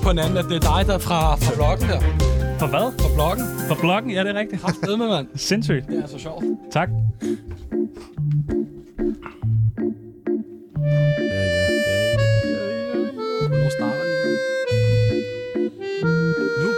på hinanden, at det er dig, der er fra bloggen der. For hvad? Fra bloggen. For bloggen, ja, det er rigtigt. Haft med, mand. Sindssygt. Det er så sjovt. Tak. Nu starter vi. Nu.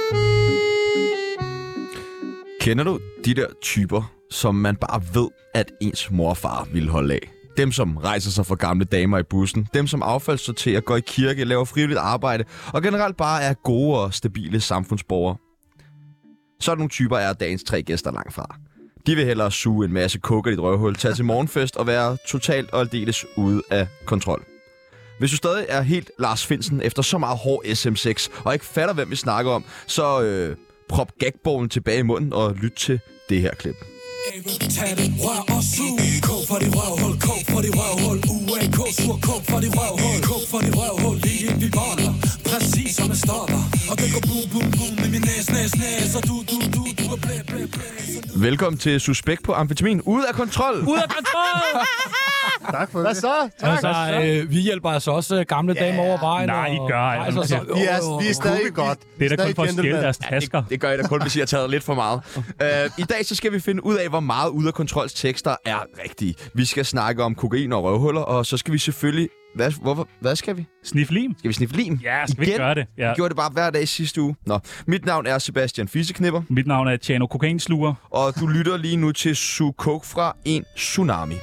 Kender du de der typer, som man bare ved, at ens mor og far ville holde af? Dem, som rejser sig for gamle damer i bussen. Dem, som affaldssorterer, går i kirke, laver frivilligt arbejde og generelt bare er gode og stabile samfundsborgere. Sådan nogle typer er dagens 3 gæster langt fra. De vil hellere suge en masse koker i et røvhul, tage til morgenfest og være totalt og aldeles ude af kontrol. Hvis du stadig er helt Lars Findsen efter så meget hård SM6 og ikke fatter, hvem vi snakker om, så prop gagballen tilbage i munden og lyt til det her klip. Tag det, rør og sug. Kog for dit røvhul, kog for dit røvhul. UAK, sur, kog for dit røvhul. Kog for dit røvhul, lige ind vi boller. Præcis som en stopper. Og det går boom, boom, boom med min næs. Og du er blæ. Velkommen til Suspekt på Amfetamin. Ude af kontrol! Ude af kontrol! Tak for det. Hvad så? Altså, vi hjælper altså også gamle damer over vejen. Nej, I gør ej. Vi er stadig godt. Det er da kun for at stjæle deres tasker. Det gør jeg da kun, hvis I har taget lidt for meget. I dag så skal vi finde ud af, hvor meget ude af kontrols tekster er rigtige. Vi skal snakke om kokain og røvhuller, og så skal vi selvfølgelig... Hvad skal vi? Snif lim? Skal vi sniffe lim? Ja, skal vi ikke gøre det? Ja. Vi gjorde det bare hver dag sidste uge. Nå, mit navn er Sebastian Fisseknipper. Mit navn er Tjano Kokainsluger. Og du lytter lige nu til Sug Coke fra en tsunami.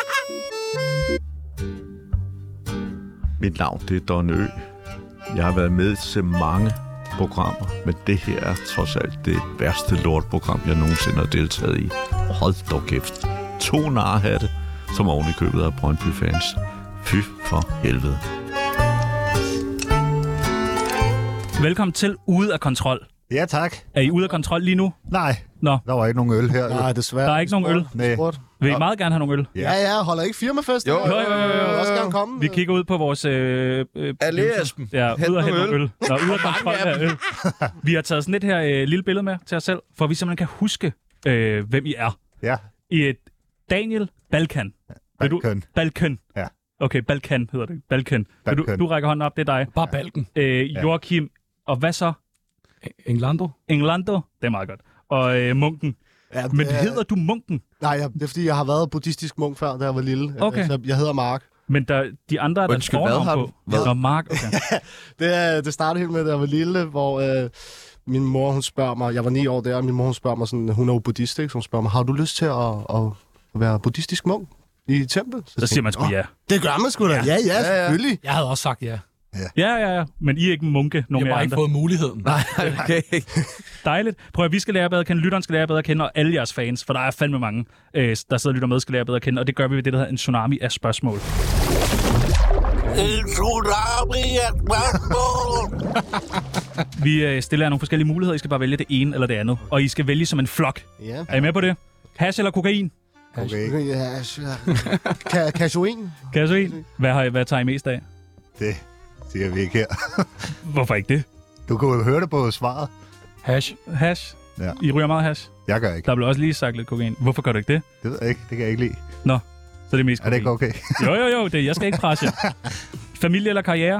Mit navn, det er Don Ø. Jeg har været med til mange programmer, men det her er trods alt det værste lortprogram, jeg nogensinde har deltaget i. Hold dog kæft. 2 narhatte, som oven i købet af Brøndby-fans. Fy for helvede. Velkommen til Ude af Kontrol. Ja, tak. Er I ude af kontrol lige nu? Nej, Nå, der var ikke nogen øl her. Nej, desværre. der er ikke nogen øl. Nej. Vil I meget gerne have nogle øl? Ja, holder ikke firmafest? Jo. Jeg vil også gerne komme. Vi kigger ud på vores... Allé, Esben. Ja, Hent ud og noget hente øl. øl. Nå, ud af kontrol af øl. Vi har taget sådan lidt her lille billede med til os selv, for vi simpelthen kan huske, hvem I er. Ja. I et Daniel Balkan. Balkan. Balkan. Ja. Okay, Balkan hedder det. Balkan. Du rækker hånden op, det er dig. Bare balken. Joachim, og hvad så? Englando. Englando, det er meget godt. Og Munken. Ja, Men hedder du Munken? Nej, det er fordi, jeg har været buddhistisk munk før, da jeg var lille. Okay. Jeg hedder Mark. Men de andre er der Undskyld, hvad fornavn har på. du? Hvad? Nå, Mark, okay. Det startede helt med, da jeg var lille, hvor min mor, hun spørger mig, jeg var 9 år der, og min mor, hun spørger mig sådan, hun er jo buddhist, ikke? Så hun spørger mig, har du lyst til at være buddhistisk munk i et tempel? Så siger man sgu ja. Det gør man sgu da. Ja, selvfølgelig. Jeg havde også sagt ja. Ja. Men I er ikke munke, nogen Jeg har af bare jer ikke andre. fået muligheden. Nej, okay. Dejligt. Prøv at vi skal lære bedre at kende, lytteren skal lære bedre at kende, og alle jeres fans, for der er fandme mange, der sidder og lytter med, skal lære bedre at kende, og det gør vi ved det, der hedder en tsunami af spørgsmål. En tsunami af spørgsmål. Vi stiller jer nogle forskellige muligheder, I skal bare vælge det ene eller det andet, og I skal vælge som en flok. Ja. Er I med på det? Hash eller kokain? Okay. Casherin? Kokain. Hvad tager I mest af? Det siger vi ikke her. Hvorfor ikke det? Du kunne jo høre det på svaret. Hash. Hash? Ja. I ryger meget hash? Jeg gør ikke. Der blev også lige sagt lidt kokain. Hvorfor gør du ikke det? Det ved jeg ikke. Det kan jeg ikke lide. Nå, så det er mest Er det kokain. ikke okay? Jo, jeg skal ikke presse jer. Familie eller karriere?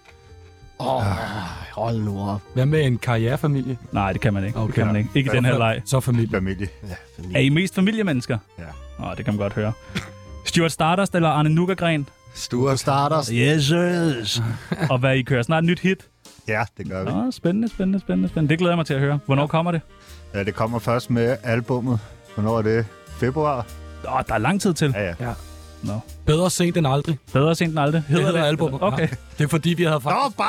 Hold nu op. Hvad med en karrierefamilie? Nej, det kan man ikke. Okay. Det kan man ikke. Ikke i den her leg. Så familie. Familie. Er I mest familiemennesker? Ja. Det kan man godt høre. Stuart Stardust eller Arne Nuggagren? Stuart Stardust. Yes. Og hvad I kører? Snart et nyt hit? Ja, det gør vi. Nå, spændende. Det glæder jeg mig til at høre. Hvornår kommer det? Ja, det kommer først med albummet. Hvornår er det? Februar? Der er lang tid til. Ja. Nå. Bedre sent end aldrig. Bedre sent end aldrig. Det hedder albumet. Okay. Det er fordi, vi havde faktisk...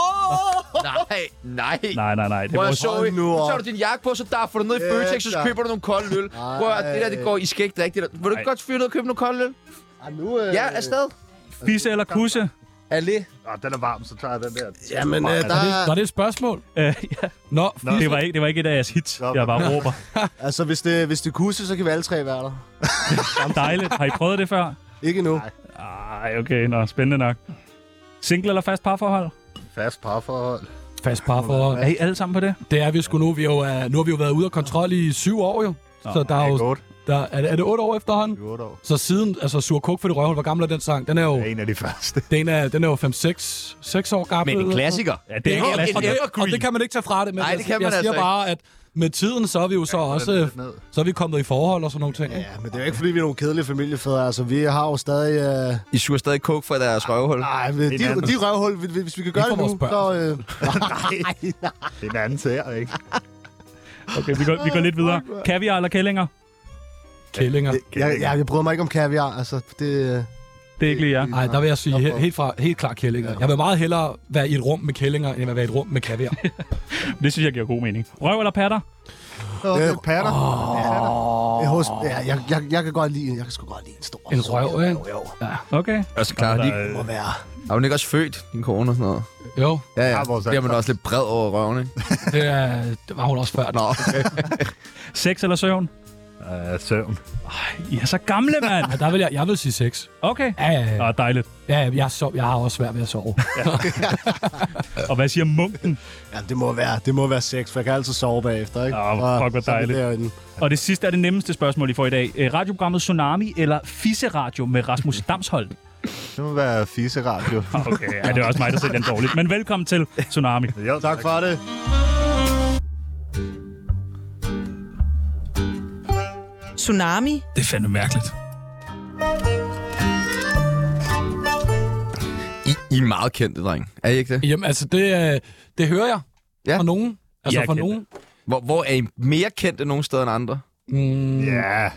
Nej. Nej. Det Prøv var at så du din jakke på, så derfor du ned i Føtex, så køber du nogle kolde øl. Prøv at det der, det går, I skal ikke drikke det der. Vil du ikke godt fyre ned og købe nogle kolde øl? Ja, afsted. Fisse eller kusse? Allé. Den er varm, så tager jeg den der. Jamen, Var det et spørgsmål? Ja. Nå, Det var ikke et af jeres hits. Jeg bare råber. altså, hvis det kusse, så kan vi alle 3 være der. Dejligt. Har I prøvet det før? Ikke nu. Ej, okay. Nå, spændende nok. Single eller fast parforhold? Fast parforhold. fast parforhold. Er I alle sammen på det? Det er vi sgu nu. Nu har vi jo været ude af kontrol i 7 år jo. Så der er jo... Er det 8 år efterhånden? 8 år. Så siden, altså Sur Kuk for det røvhul, hvor gammel er den sang? Den er jo, Det er en af de første. den er jo 6 år gammel. Men en klassiker. Ja, det er Og, ikke og det kan man ikke tage fra det, men Nej, det kan man jeg altså siger ikke. bare, at med tiden, så er vi jo så også så er vi kommet i forhold og sådan nogle ting. Ja, men det er jo ikke, fordi vi er nogle kedelige familiefædre. Altså, vi har jo stadig... I suger stadig kok for deres røvhul. Nej, men de røvhul, hvis vi kan gøre Ikke det for nu, vores så... Nej. Det er en anden sær, ikke? Okay, vi går lidt videre. Kaviar eller kællinger? Kællinger. Jeg bryder mig ikke om kaviar, altså, det... Det er ikke lige jer. Nej, der vil jeg sige helt klart kællinger. Jeg vil meget hellere være i et rum med kællinger, end at være i et rum med kaviar. Det synes jeg giver god mening. Røv eller patter? Patter. Jeg kan godt lide, jeg kan sgu godt lide en stor... En røv, ikke? Okay. Og så klar, de må være... er hun ikke også født, din kone og sådan noget? Jo, Ja, Ja, vores bliver man også lidt bred over røven, ikke? det var hun også før. Nå, okay. Sex eller søvn? Søvn. I er så gamle, mand. Ja, der vil jeg vil sige 6. Okay. Ja. Dejligt. Ja, jeg har også svært ved at sove. Og hvad siger munken? Ja, det må være sex, for jeg kan altid sove bagefter, ikke? Fuck, hvor dejligt. Og det sidste er det nemmeste spørgsmål, I får i dag. Radioprogrammet Tsunami eller Fisse-radio med Rasmus Damsholdt? Det må være fisseradio. Okay, ja, det er også mig, der ser den dårligt. Men velkommen til Tsunami. Jo, tak for det. Tsunami. Det er fandme mærkeligt. I er meget kendte, dreng. Er I ikke det? Jamen, altså, det hører jeg fra nogen. Altså, Jeg fra er kendt. nogen. Hvor er I mere kendte nogle steder end andre? Ja.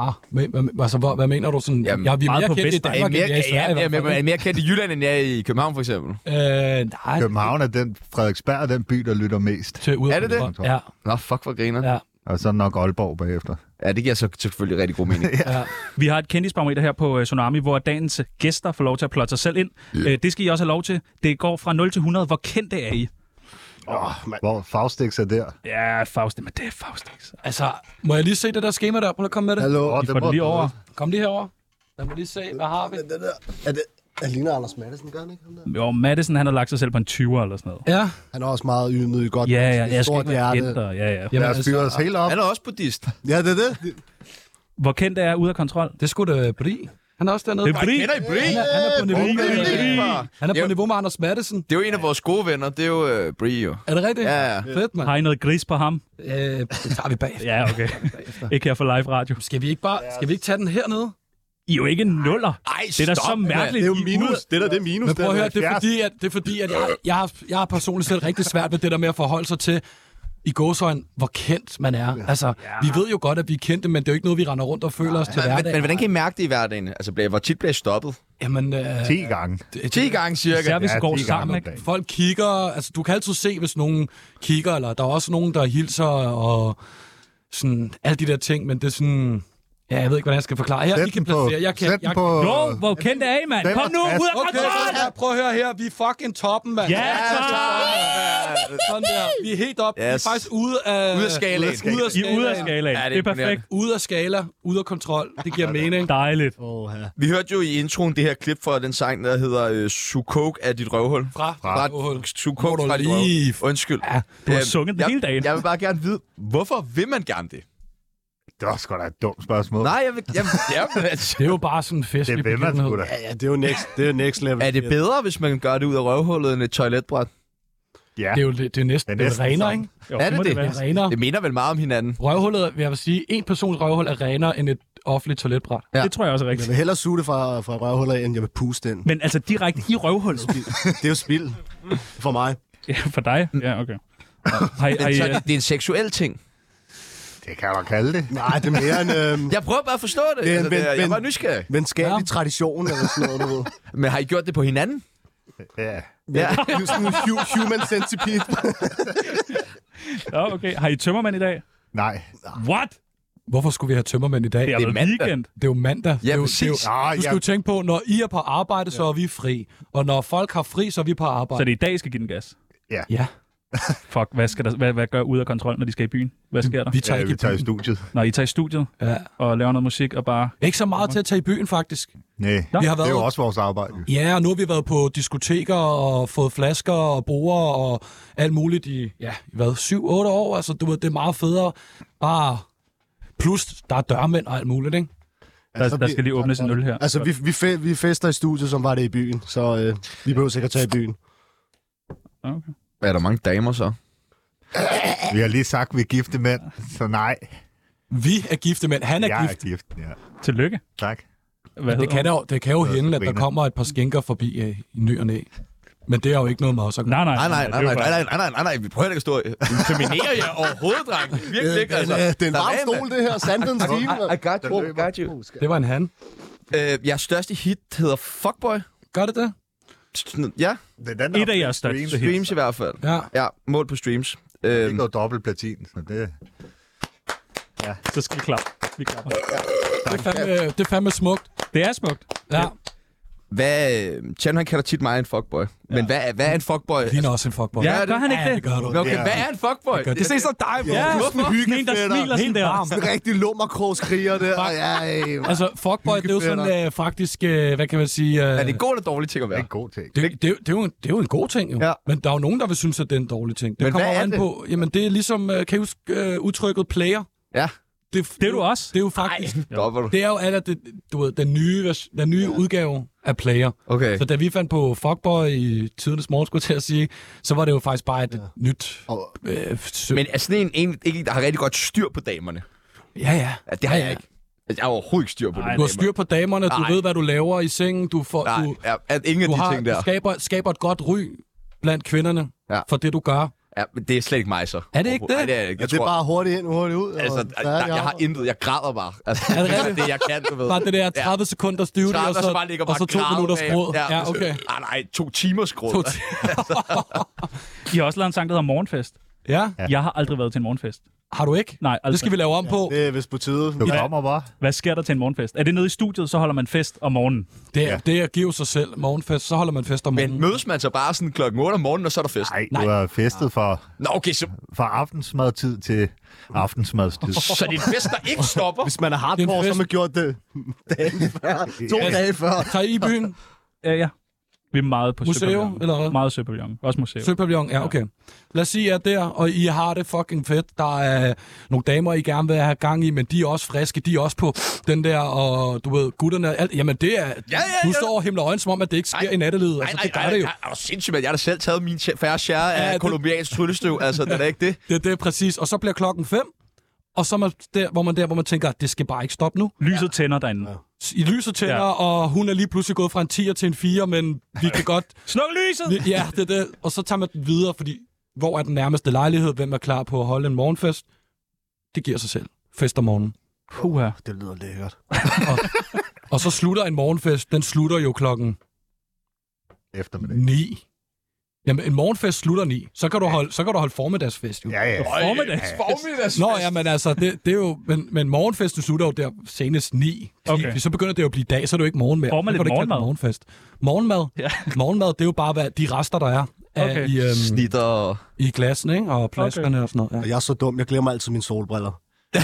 Hvad mener du sådan? Jamen, Vi er meget mere på kendte i Vestegn. Danmark, end vi er i Sverige. Er I mere kendt i Jylland, end jeg er i København, for eksempel? Nej. København er Frederiksberg er den by, der lytter mest. Er det det? Ja, Nå, fuck, hvor griner. ja. Og så nok Aalborg bagefter. Ja, det giver så selvfølgelig rigtig god mening. ja. Vi har et kendisbarometer her på Tsunami, hvor dagens gæster får lov til at plotte sig selv ind. Det skal I også have lov til. Det går fra 0 til 100. Hvor kendte er I? Hvor Faustix er der. Ja, Faustix, men det er Faustix. Altså, må jeg lige se det der schema der? Prøv at komme med det. Hallo? Vi får det lige over. Kom lige herover. Lad mig lige se, hvad har vi? Er det ligner Anders Madsen, gør han ikke? Ham der? Jo, Madison, han har lagt sig selv på en 20'er eller sådan noget. Ja. Han er også meget ydmyg, godt. Ja, jeg skal stort ikke være hjerte. kendt, og ja. Jamen, Lad os fyre os helt op. Han er også buddhist. Ja, det er det. Hvor kendt er ude af kontrol? Det skulle da Bri. Han er også dernede. Det er Bri. Kender I Bri? Han er på niveau. Han er på Jo. niveau med Anders Madsen. Det er jo en af vores gode venner. Det er jo Bri, jo. Er det rigtigt? Ja. Fedt, mand. Har I noget gris på ham? Det tager vi bagefter. Ja, okay. Ikke her for live radio. Skal vi ikke tage den hernede? I er jo ikke nuller. Ej, Det er da så mærkeligt. Det er jo I minus. Det er minus. Men prøv at høre, det er 70. fordi, at jeg har personligt set rigtig svært ved det der med at forholde sig til, i gåseøjne, hvor kendt man er. Altså, vi ved jo godt, at vi er kendte, men det er jo ikke noget, vi render rundt og føler os til hverdag. Men hvordan kan I mærke det i hverdagen? Altså, hvor tit bliver I stoppet? Jamen, 10 gange. 10 gange cirka. Især hvis vi går 10 gange sammen, om ikke? dagen. folk kigger, altså du kan altid se, hvis nogen kigger, eller der er også nogen, der hilser, og sådan, alle de der ting, men det er sådan, ja, jeg ved ikke, hvordan jeg skal forklare. Her, I kan placere, Sæt den på... Jo, hvor kendt er I, mand? Kom nu, ud af Okay, kontrol! prøv at høre her, vi er fucking toppen, mand. Ja, Sådan der, vi er helt op, vi er Yes. faktisk ude af... Ude af skalaen. Ude af I er ude af skalaen. skalaen. Ja, Det er perfekt. Ude af skala, ude af kontrol, det giver mening. Dejligt. Vi hørte jo i introen det her klip fra den sang, der hedder Sukok af dit røvhul. Fra. Sukok Må du fra dit lige- røvhul. Undskyld. Ja, Du har sunget den hele dagen. Jeg vil bare gerne vide, hvorfor vil man gerne det? Det var sgu da et dumt spørgsmål. Nej, jeg vil... altså, det er jo bare sådan en festlig Det vil man sgu da. Ja, det er jo next level. er det bedre, hvis man gør det ud af røvhullet end et toiletbræt? Ja. Det er næsten Det er næsten renere, sådan. ikke? Jo, Er det må det? være. Det er renere. Det minder vel meget om hinanden. Røvhullet, vil jeg sige, en persons røvhul er renere end et offentligt toiletbræt. Ja. Det tror jeg også er Jeg rigtigt. vil hellere suge det fra røvhuller, end jeg vil puste den. Men altså direkte i røvhullet. Det er jo spild for mig. Ja, for dig? Ja, okay. Har I, Så det er en seksuel ting. Det kan du kalde det. Nej, det er mere en Jeg prøver bare at forstå det. Det er en Altså, jeg er bare nysgerrig. venskabelig tradition, eller sådan noget, du ved. Men har I gjort det på hinanden? Ja. Ja. Sådan en human centipede. Ja, okay. Har I tømmermænd i dag? Nej. What? Hvorfor skulle vi have tømmermænd i dag? Det er Det er vel mandag. weekend. Det er jo mandag. Ja, det er jo, præcis. Det er jo, du skal jo tænke på, når I er på arbejde, så er vi fri. Og når folk har fri, så er vi på Så arbejde. det er i dag, I skal give den gas? Ja, Fuck, hvad gør ud af kontrol, når de skal i byen? Hvad sker der? vi tager ikke Vi tager i i byen. studiet. Når I tager i studiet Ja. og laver noget musik og bare... Ikke så meget til at tage i byen, faktisk. Nej, Nå. Vi har det er været... jo også vores arbejde. Ja, og nu har vi været på diskoteker og fået flasker og borde og alt muligt i, 7-8 år. Altså, det er meget federe bare Plus, der er dørmænd og alt muligt, ikke? Der skal lige åbnes en øl her. Altså, vi fester i studiet, som var det i byen, så vi behøver sikkert tage i byen. Okay. Er der mange damer så? Vi har lige sagt, at vi er gifte mænd, så nej. Vi er gifte mænd. Han er Jeg gift. er gift, ja. Tillykke. Tak. Det kan jo Hedder hende, at der Sabrina. kommer et par skinker forbi i ny og næ. Men det er jo ikke noget med os at gøre. Nej. Vi prøver ikke at stå og inseminere jer overhovedet, dreng. Virkelig ikke, altså. Det er en varm stol, det her. Sandens time. I got you. Det var en han. Jeres største hit hedder Fuckboy. Gør det det? Ja, Det er den, der Et af jeres største hits. streams i hvert fald. Ja. Ja, mål på streams. Det er noget dobbelt platin, så det... Så skal vi klappe. Vi klapper. Det er fandme smukt. Det er smukt. Ja. Chan, han kalder tit mig en fuckboy. Men hvad er en fuckboy? Det er også en fuckboy. Ja, gør han ikke Ja, det? det gør du. Okay, hvad er en fuckboy? Det ser som dig, bro. Ja, Hvorfor? en, der smiler sådan der. Sådan en rigtig lummerkrogskriger der. Altså, fuckboy, det er jo sådan faktisk, hvad kan man sige... Er det en god eller dårlig ting at Det er være? en god ting. Det er jo en god ting, jo. Ja. Men der er jo nogen, der vil synes, at det er en dårlig ting. Det Men kommer hvad er an det? på... Jamen, det er ligesom... Kan I huske udtrykket player? Ja. Det er du også. Det er jo faktisk... Stopper du? Det er jo du ved, den nye udgave af player. Okay. Så da vi fandt på Fuckboy i tidernes morgen, skulle jeg til at sige, så var det jo faktisk bare et nyt... Men er sådan en, der har rigtig godt styr på damerne? Ja. Ja, det har jeg ikke. Altså, jeg har overhovedet ikke styr på det. Du har styr på damerne, du Nej. ved, hvad du laver i sengen, du Ingen af de ting der. skaber et godt ry blandt kvinderne for det, du gør. Ja, men det er slet ikke mig så. Er det ikke det? Nej, det er ikke. Ja, det er bare hurtigt ind, hurtigt ud. Altså, jeg har intet. Jeg græder bare. Altså, Er det det er rigtigt? det, jeg kan, du ved. Bare det der 30 sekunder stivt, 30, og så bare ligger og så 2 minutters gråd. Ja, okay. Nej, 2 timers gråd. I har også lavet en sang, der hedder Morgenfest. Ja, Jeg har aldrig været til en morgenfest. har du ikke? Nej, aldrig. Det skal vi lave om på. Det er vist på tide. Du kommer bare. Hvad sker der til en morgenfest? Er det nede i studiet, så holder man fest om morgenen? Det er at give sig selv morgenfest, så holder man fest om morgenen. Men mødes man så bare sådan klokken 8 om morgenen, og så er der fest? Nej, du har festet fra Nå, okay, så aftensmadtid til aftensmadstid. det er en fest, der ikke stopper? Hvis man er Det er hardcore, en så har fest. man gjort det dagen før. 2 dage før. Tager I i byen? Ja. Vi er meget på Museum, Søpavillon. eller hvad? Meget Søpavillon. Også museum. Søpavillon, ja, okay. Lad os sige, at der, og I har det fucking fedt. Der er nogle damer, I gerne vil have gang i, men de er også friske. De er også på den der, og du ved, gutterne, alt. Jamen, det er... Du står og himler øjne, som om, at det ikke sker i nattelivet. Altså, det gør det jo. Er du sindssygt, men jeg har da selv taget min færre share af kolumbiansk tryllestøv. Altså, det er da ikke det. Det er præcis. Og så bliver klokken 5, og så er man der, hvor man tænker, at det skal bare ikke stoppe nu. Lyset tænder derinde. I lyset tænder, og hun er lige pludselig gået fra en 10'er til en 4, men vi kan godt... Sluk lyset! Ja, det er det. Og så tager man den videre, fordi hvor er den nærmeste lejlighed? Hvem er klar på at holde en morgenfest? Det giver sig selv. Fest om morgenen. Puha. Det lyder lækkert. Og så slutter en morgenfest. Den slutter jo klokken Eftermiddag. 9. Jamen, en morgenfest slutter 9. Så kan du holde formiddagsfest, jo. Ja. Formiddags. Nå, ja, men altså, det er jo... Men morgenfesten slutter jo der senest 9. Okay. Så begynder det jo at blive dag, så er det jo ikke morgen mere. Får man Så kan lidt du ikke kalde det morgenmad? Morgenfest. Morgenmad? Ja. Morgenmad, det er jo bare hvad, de rester, der er Okay. Snitter. i glassen, ikke? Og flaskerne og sådan noget. Ja. Og jeg er så dum, jeg glemmer altid mine solbriller.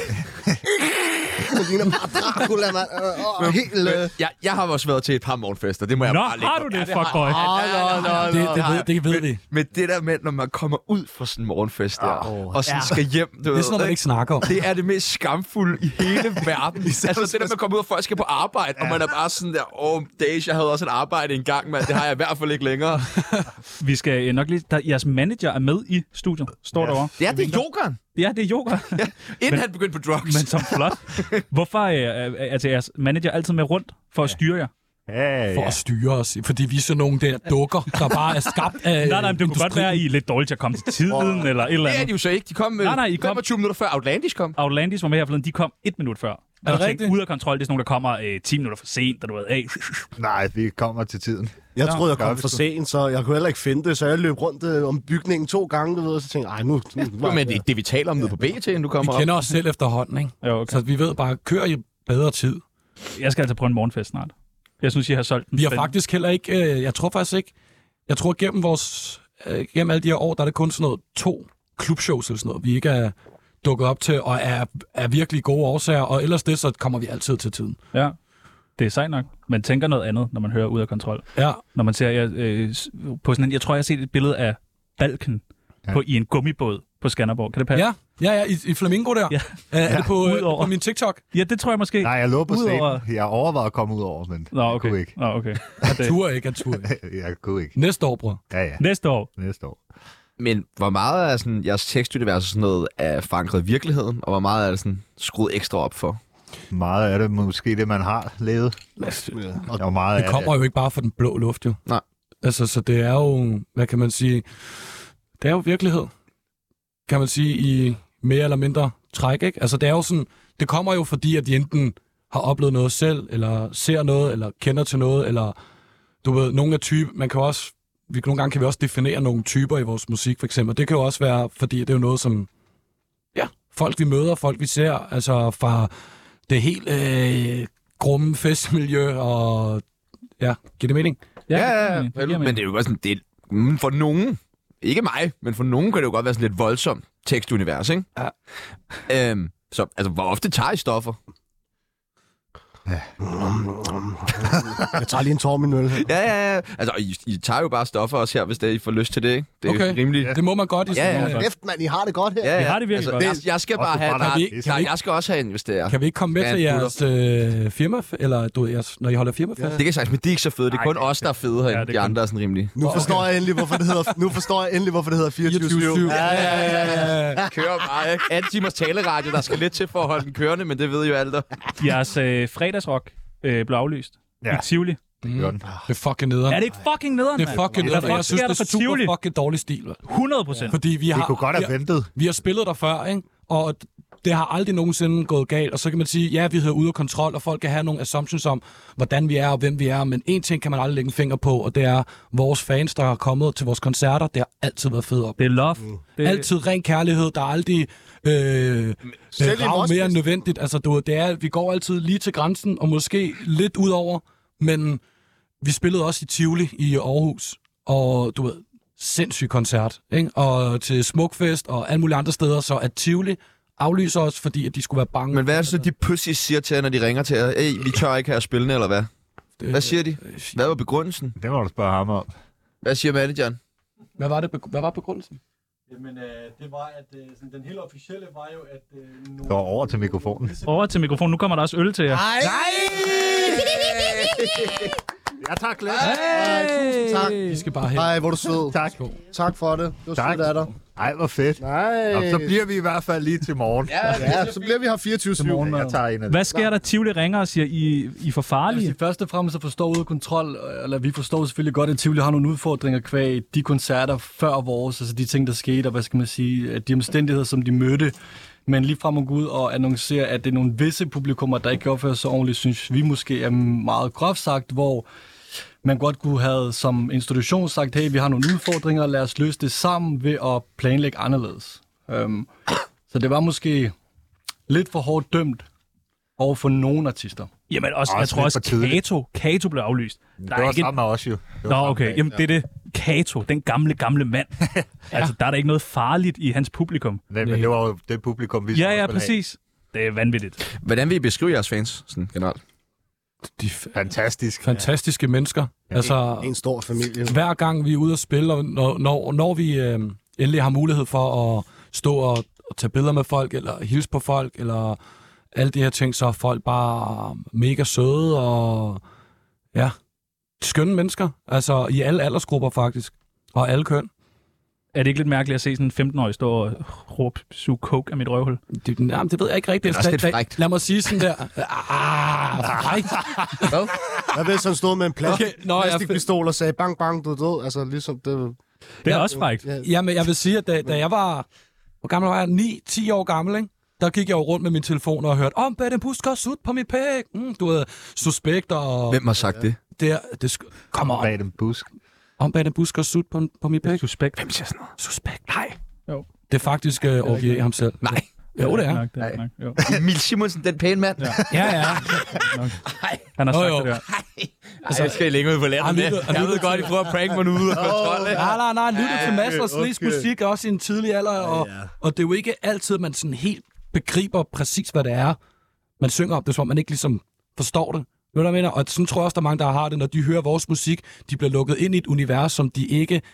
Det ligner bare Dracula, mand. Helt... Jeg har også været til et par morgenfester. Det må jeg Nå, bare lægge har op. du det, fuckboy? Det ved vi. Men det der med, når man kommer ud fra sådan en morgenfest der, og sådan skal hjem, du Det er ved, sådan noget, man ikke snakker om. det er det mest skamfulde i hele verden. Altså det der, man kommer ud, og folk skal på arbejde, og man er bare sådan der, days, jeg havde også et arbejde engang, mand. Det har jeg i hvert fald ikke længere. Vi skal nok lige... Jeres manager er med i studiet. Står derovre. Ja, det er yogaen. Ja, det er yoga. Inden han begyndte på drugs. Men så flot. Hvorfor er jeres manager altid med rundt for at styre jer? For at styre os. Fordi vi er sådan nogle der dukker, der bare er skabt af Nej, det kunne godt være, at I er lidt dårlige til at komme til tiden, eller et eller Det er andet. de jo så ikke. De kom I kom 25 minutter før Outlandis kom. Outlandis var med her forleden, de kom 1 minut før. Er det rigtigt? Ude af kontrol, det er sådan nogle, der kommer 10 minutter for sent, og du ved, Nej, vi kommer til tiden. Jeg troede, jeg gør kom vi for sgu. sent, så jeg kunne heller ikke finde det, så jeg løb rundt om bygningen 2 gange, du ved, og så tænkte jeg, nu Men det vi taler om nede på BT, inden du Vi kommer op. kender os selv efterhånden, ikke? Ja, okay. Så vi ved bare, kør i bedre tid. Jeg skal altså prøve en morgenfest snart. Jeg synes, I har solgt den. Vi har faktisk heller ikke... Jeg tror faktisk ikke... Jeg tror, gennem alle de her år, der er det kun sådan noget 2 klubshows eller sådan noget, vi ikke er dukket op til, og er virkelig gode årsager, og ellers det, så kommer vi altid til tiden. Ja, det er sejt nok. Man tænker noget andet, når man hører ud af kontrol. Ja, Når man ser på sådan en... Jeg tror, jeg har set et billede af Balken i en gummibåd på Skanderborg. Kan det passe? Ja, i Flamingo der. Ja. Er det på min TikTok? Ja, det tror jeg måske. Nej, jeg lå på Udover- scenen. Jeg overvejede at komme ud over, men Nå, okay. jeg kunne ikke. Nå, okay. Han turde ikke. Jeg kunne ikke. Næste år, bror. Ja. Næste år. Næste år. Men hvor meget af sådan, jeres tekstunivers og sådan noget er forankret i virkeligheden, og hvor meget er det sådan skruet ekstra op for? Meget af det måske det, man har lavet. Og meget Det af kommer jo ikke bare fra den blå luft, jo. Nej. Altså, så det er jo, hvad kan man sige, det er jo virkelighed, kan man sige, i mere eller mindre træk, ikke? Altså, det er jo sådan, det kommer jo fordi, at de enten har oplevet noget selv, eller ser noget, eller kender til noget, eller, du ved, nogle af typer, man kan også, nogle gange kan vi også definere nogle typer i vores musik, for eksempel. Det kan jo også være, fordi det er jo noget, som, ja, folk vi møder, folk vi ser, altså fra det helt grumme festmiljø, og ja, giver det mening? Ja. Men det er jo også sådan, det er, for nogen, ikke mig, men for nogen kan det jo godt være sådan lidt voldsomt tekstunivers, ikke? Ja. Så altså, hvor ofte tager I stoffer? Jeg tager lige en tår min øl. Ja. Altså, I tager jo bare stoffer også her, hvis det, I får lyst til det, ikke? Det er Okay. jo rimeligt. Det må man godt i sådan Ja. noget. Kæft, mand, I har det godt her. Ja, Vi har det virkelig godt. Jeg skal bare have... Jeg skal også have en, hvis det er. Kan vi ikke komme med Ja, til jeres firma, eller du ved, når I holder firmafest? Det kan jeg sagtens, men de er ikke så fede. Det er kun os, der er fede herinde. Ja, det De er andre er sådan rimelige. Nu forstår jeg endelig, hvorfor det hedder 24/7. Ja. Kører bare, ikke? 18 timers taleradio, der skal lidt til for at holde den kørende, men det ved jo alt. Jeres fredagsrock blev aflyst. Ja. I Tivoli. Det er fucking nederen. Er det ikke fucking nederen, Det er fucking nederen, og jeg synes, det er super fucking dårlig stil. 100%. Fordi vi Vi kunne godt have ventet. Vi har spillet der før, ikke? Og det har aldrig nogensinde gået galt. Og så kan man sige, ja, vi hedder ude af kontrol, og folk kan have nogle assumptions om, hvordan vi er og hvem vi er. Men en ting kan man aldrig lægge en finger på, og det er vores fans, der har kommet til vores koncerter. Det har altid været fedt op. Det er love. Det... Altid ren kærlighed. Der er aldrig rav mere end nødvendigt. Altså, det er, vi går altid lige til grænsen, og måske lidt ud over. Men vi spillede også i Tivoli i Aarhus. Og du ved, sindssyg koncert. Ikke? Og til Smukfest og alle mulige andre steder. Så at Tivoli aflyser os, fordi at de skulle være bange. Men hvad er det så, de pussies siger til jer, når de ringer til jer? Ey, vi tør ikke have spillende, eller hvad? Hvad siger de? Hvad var begrundelsen? Det må du spørge ham om. Hvad siger manageren? Hvad var begrundelsen? Jamen, det var, at sådan, den helt officielle var jo, at... Gå over til mikrofonen. Over til mikrofonen. Nu kommer der også øl til jer. Nej! Jeg tager glæde. Tusind tak. Vi skal bare hen. Ej, hvor er du sød. Tak. Tak for det. Det var Tak. sødt af dig. Ej, hvor fedt. Nej. Og så bliver vi i hvert fald lige til morgen. Ja, så bliver vi her 24/7. Jeg tager en af Hvad sker der? Tivoli ringer og siger, I er for farlige? Altså, først og fremmest så forstår ude af kontrol, eller vi forstår selvfølgelig godt, at Tivoli har nogle udfordringer kvæg de koncerter før vores, altså de ting, der skete, og hvad skal man sige, de omstændigheder, som de mødte. Men lige frem og gå ud og annoncere, at det er nogle visse publikummer, der ikke opfører sig ordentligt, synes vi måske er meget groft sagt, hvor man godt kunne have som institution sagt, hey, vi har nogle udfordringer, lad os løse det sammen ved at planlægge anderledes. Så det var måske lidt for hårdt dømt over for nogle artister. Jamen også, Også jeg tror lidt også, for tidligt. Kato blev aflyst. Det var sammen med os jo. Nå, okay. Jamen, det er det. Kato, den gamle mand. Altså, der er der ikke noget farligt i hans publikum. Nej, men det var jo det publikum, vi Ja, også ville præcis. Det er vanvittigt. Hvordan vil I beskrive jeres fans sådan generelt? De have. Fantastisk. fantastiske mennesker. Altså, En stor familie. hver gang vi er ude at spille, og når vi endelig har mulighed for at stå og tage billeder med folk, eller hilse på folk, eller alle de her ting, så er folk bare mega søde, og ja, skønne mennesker. Altså, i alle aldersgrupper faktisk, og alle køn. Er det ikke lidt mærkeligt at se sådan en 15-årig stå og råbe suge coke af mit røvhul? Det ved jeg ikke rigtigt. Det er også lidt frækt. Lad mig sige sådan der. Frækt. Hvad hvis han stod med en Okay, plastikpistol og sagde bang, bang, du er død? Altså, ligesom det... Det er også frækt. Ja, Jamen, jeg vil sige, at da jeg var... Hvor gammel var jeg? 9-10 år gammel, ikke? Der gik jeg jo rundt med min telefon og hørte, bag den busk og sut på mit pæk. Du ved, suspekt og... Hvem har sagt det? Kom on. Bag den busk. Bag den busk og sut på mit pæk. Suspekt. Hvem siger sådan noget? Suspekt. Nej. Jo. Det er faktisk OVA ham selv. Nej. Jo, det er. Nok, det er nok. Jo. Emil Simonsen, den pæne mand. Ja. Han har sagt Jo. det der. Altså, jeg skal længere ud på landet med. Jeg ved godt, I prøver at prank mig nu ud af kontrol. Nej. Lytte til Mads og Slis musik også i en tidlig alder. Og det er jo ikke altid, man sådan helt begriber præcis, hvad det er, man synger om. Det er som om, man ikke ligesom forstår det. Ved du, hvad jeg mener? Og sådan tror jeg også, der er mange, der har det, når de hører vores musik. De bliver lukket ind i et univers, som de ikke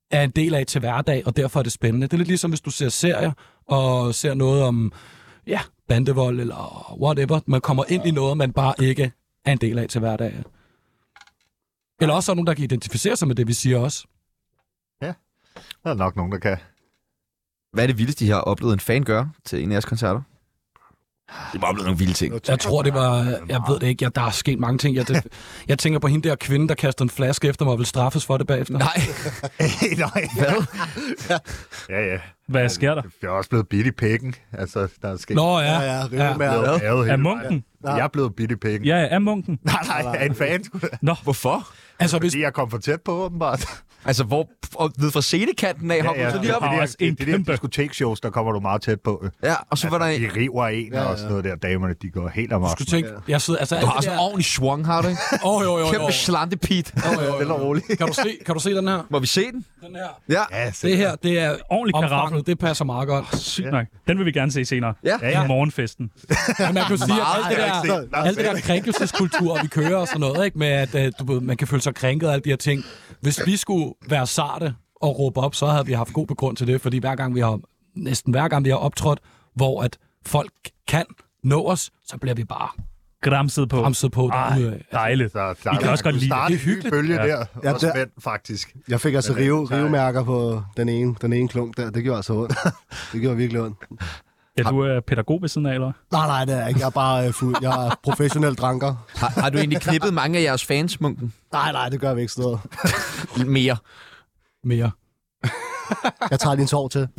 er en del af til hverdag, og derfor er det spændende. Det er lidt ligesom, hvis du ser serier, og ser noget om bandevold eller whatever. Man kommer ind i noget, man bare ikke er en del af til hverdag. Eller også er nogen, der kan identificere sig med det, vi siger også. Ja, der er nok nogen, der kan. Hvad er det vildeste, I har oplevet en fan gøre til en af jeres koncerter? Det var oplevet nogle vilde ting. Jeg tror, det var... Jeg ved det ikke. Der er sket mange ting. Jeg tænker på hende der kvinde, der kastede en flaske efter mig og vil straffes for det bagefter. Nej. Nej. Hvad? Ja. Hvad sker der? Jeg er også blevet bidt i pikken. Altså, der er sket. Nå, ja. Er munken? Jeg er blevet bidt i pikken. Ja, er munken. Nej, er en fan. Nå, hvorfor? Altså, hvis... Fordi jeg kom for tæt på, åbenbart. Altså, hvor ned fra scenekanten af hopper så lige op? Det er de der diskotekshows, der kommer du meget tæt på. Ja, og så var der... De river en og sådan noget der. Damerne, de går helt amok. Du skulle tænke... Jeg sidder, altså, du har sådan en ordentlig schwung, har du ikke? Jo. Kæmpe slantepit. Stille og roligt. Kan du se den her? Må vi se den? Den her. Ja. Det her, det er ordentlig omfanget. Det passer meget godt. Sygt nok. Den vil vi gerne se senere. Ja. I morgenfesten. Men man kan sige, at alt det der krænkelseskultur, vi kører og sådan noget, ikke? Med at man kan føle sig krænket og alle de her ting. Hvis vi skulle være sarte og råbe op, så havde vi haft god begrund til det, fordi næsten hver gang vi har optrådt, hvor at folk kan nå os, så bliver vi bare gramset på. Dejligt. Så I kan også godt lide det. Det er hyggeligt. Bølge der. Ja, også vand, faktisk. Jeg fik altså rivemærker på den ene klunk der. Det gjorde altså ondt. Det gjorde virkelig ondt. Ja, du er pædagog ved siden af, eller? Nej, det er jeg ikke. Jeg er bare fuld. Jeg er professionel dranker. Har du egentlig knippet mange af jeres fans, munken? Nej, det gør vi ikke sådan noget. Mere. Jeg tager din sår til.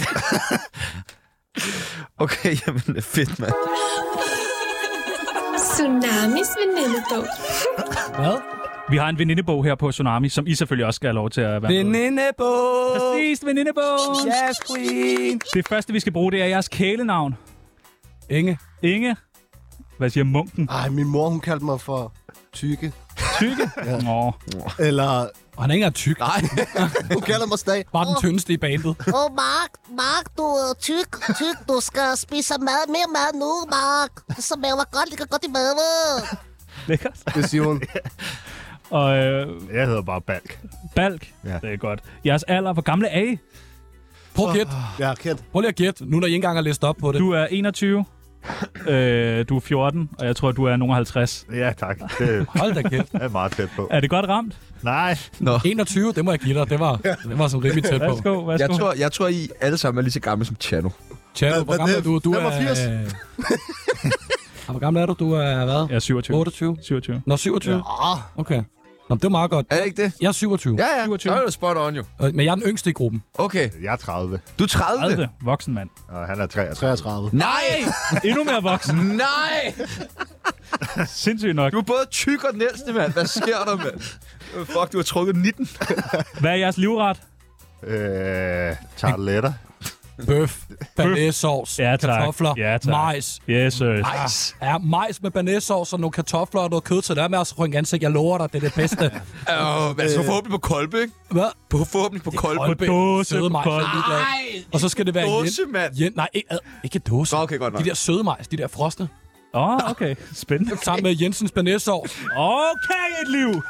Okay, jamen fedt, mand. Tsunamis venindebog. Hvad? Vi har en venindebog her på Tsunami, som I selvfølgelig også skal have lov til at være venindebog! Præcis, venindebog! Yes, queen! Det første, vi skal bruge, det er jeres kælenavn. Inge. Hvad siger munken? Ej, min mor, hun kaldte mig for Tykke. Tykke? Ja. Nå. Eller... Og han er ikke engang tyk. Nej, hun kalder mig Stag. Bare den tyndeste i bandet. Mark, du er tyk. Du skal spise mere mad nu, Mark. Det smager godt, det kan godt i maden. Lækkert. Det siger hun. Og jeg hedder bare Balk. Balk? Ja. Det er godt. Jeres alder, hvor gamle er I? Prøv at gætte. Ja, kendt. Prøv lige at gætte, nu når I ikke engang har læst op på det. Du er 21. Du er 14, og jeg tror, du er nogen 50. Ja, tak. Hold da kæft. Det er meget tæt på. Er det godt ramt? Nej. 21, det må jeg give dig. Det var sådan rimelig tæt på. Værsgo. Jeg tror, I alle sammen er lige så gamle som Chano. Chano, hvor gammel er du? Du 85. Hvor gammel er du? Du er hvad? Jeg er 27. 28? 27. Nå, 27? Ja. Okay. Nå, det er meget godt. Er det ikke det? Jeg er 27. Ja. 27. Så er det spot on, jo. Men jeg er den yngste i gruppen. Okay. Jeg er 30. Du er 30? 30. Voksen mand. Og han er 33. Nej! Endnu mere voksen. Nej! Sindssygt nok. Du er både tyk og den ældste, mand. Hvad sker der, mand? Fuck, du har trukket 19. Hvad er jeres livret? Tarteletter. Bøf, banæssauce, kartofler, majs. Yes, sir. Majs. Ja, majs med banæssauce og nogle kartofler og noget kød til. Der med at rynke ansigt. Jeg lover dig, det er det bedste. Altså forhåbentlig på kolbe, ikke? Hvad? Forhåbentlig på kolbe. På dåse, søde majs. Og så skal det være dåse, mand. Nej, ikke dåse. Okay, godt nok. De der søde majs, de der frosne. Okay. Spændende. Sammen med Jensens banæssauce. Okay, et liv.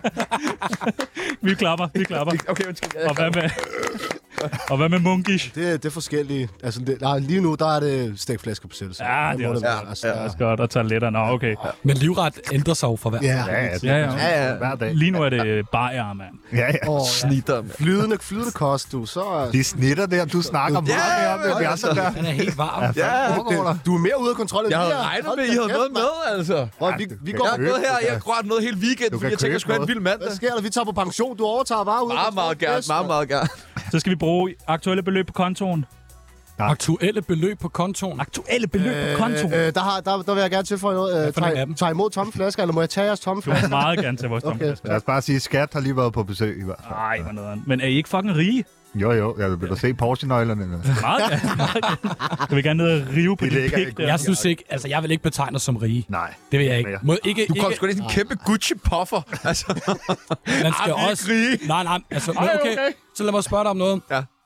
Vi klapper. Okay, undskyld. Og hvad med munkish? Det er forskellige. Altså, lige nu, der er det stegflæsker på sættelse. Ja, det er også godt. Og tarteletter. Nå, okay. Men livret ændrer sig jo for hver. Ja. Hver dag. Lige nu er det bajer, mand. Ja. Snitter, mand. Flydende kost, du. Så... De snitter der, du snakker meget om det. Altså. Han er helt varm. Du er mere ude af kontrol end jeg havde regnet med, at I havde noget med, altså. Vi går jeg har gået her, jeg har gået noget hele weekenden, fordi jeg tænker, jeg skulle have en vild mandag. Hvad sker der? Vi tager på pension. Du overtager bare ud. Meget gerne. Så skal vi bruge aktuelle beløb på kontoen. Aktuelle beløb på kontoen. Aktuelle beløb på kontoen. Der vil jeg gerne tilføje noget. Tag imod tomme flasker, eller må jeg tage jeres tomme flasker? Du må meget gerne tage vores tomme flasker. Lad os bare sige, at skat har lige været på besøg i hvert fald. Nej, hvor noget. Men er I ikke fucking rige? Jo. Jeg vil da se Porsche-nøglerne. Meget gerne. Jeg vil gerne ned og rive på de pik der. Jeg synes ikke, altså jeg vil ikke betegne os som rige. Nej. Det vil jeg ikke. Du kom sgu da i en kæmpe Gucci-puffer. Altså, man skal også... Nej, altså, okay. Så lad mig spørge dig om noget. Ja.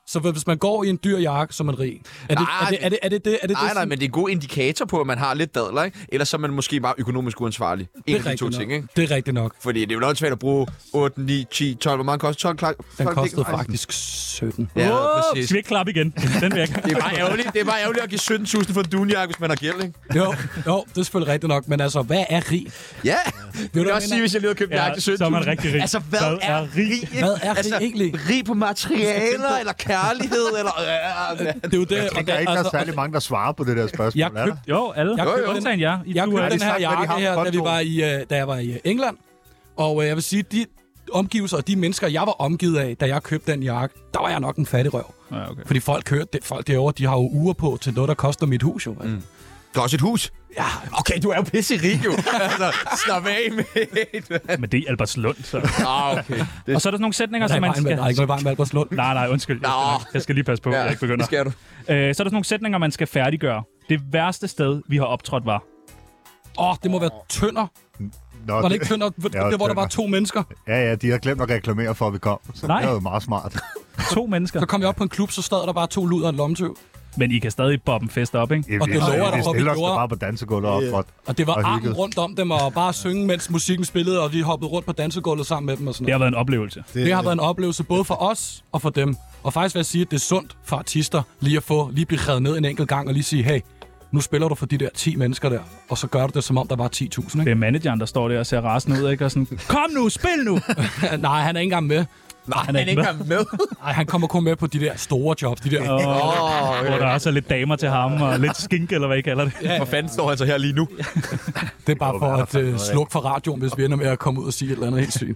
Så hvis man går i en dyr jakke, så er man rig. Er det Nej, men det er en god indikator på, at man har lidt dadler, ikke? Ellers så er man måske bare økonomisk uansvarlig. En af de to ting, ikke? Det er rigtigt nok. Fordi det er jo noget svært at bruge 8, 9, 10, 12. Hvor meget koster 12? Den kostede faktisk 17. Ja, præcis. Skal vi ikke klappe igen? Den virker. Det er bare ærgerligt at give 17.000 for en dunjakke, hvis man har gæld, ikke? Jo, det er selvfølgelig rigtigt nok. Men altså, hvad er rig? Ja, vil du også sige, hvis jeg lige havde købt en jakke til 17.000? Så er man rigtig rig. Altså, hvad er rig? Hvad er rig egentlig? Rig på materialer, eller kærlighed, eller... Det er jo det. Jeg tænker ikke, der er særlig mange, der svarer på det der spørgsmål. Jeg købte alle. Jeg købte den her jakke her, da jeg var i England. Og jeg vil sige, de omgivelser og de mennesker, jeg var omgivet af, da jeg købte den jakke, der var jeg nok en fattig røv. Ja, okay. Fordi folk derovre, de har jo uger på til noget, der koster mit hus jo. Mm. Du har også et hus? Ja. Okay, du er jo pisserig jo. Altså, slap af med. Men det er Albertslund, så. Okay. Og så er der sådan nogle sætninger, som man skal... Der er ikke noget varmt med Albertslund. Nej, undskyld. Jeg skal lige passe på, at jeg ikke begynder. Det skal du. Så er der sådan nogle sætninger, man skal færdiggøre. Det værste sted, vi har optrådt, var... det må være Tønder. Var det ikke Tønder? Det hvor der var 2 mennesker. Ja, de har glemt at reklamere for, at vi kom. Så det er jo meget smart. 2 mennesker. Så kom jeg op på en klub, så stod der bare 2 luder og en lommetøv. Men I kan stadig bobbe en fest op, ikke? Og det lover der, vi hvor vi stiller os gjorde. bare på dansegulvet op. Og det var armen rundt om dem, og bare synge, mens musikken spillede, og de hoppede rundt på dansegulvet sammen med dem og sådan noget. Det har været en oplevelse. Det har været en oplevelse både for os og for dem. Og faktisk vil jeg sige, at det er sundt for artister lige blive revet ned en enkelt gang og lige sige, hey, nu spiller du for de der 10 mennesker der, og så gør du det, som om der var 10.000, ikke? Det er manageren, der står der og ser rasende ud, ikke? Og sådan, kom nu, spil nu! Nej, han er ikke engang med. Nej, han er ikke engang med. Nej, han kommer kun med på de der store jobs, de der... Hvor der også er lidt damer til ham, og lidt skink, eller hvad I kalder det. Ja. Hvor fanden står han så her lige nu? Det er bare for at slukke for radioen, hvis vi ender med at komme ud og sige et eller andet helt sygt.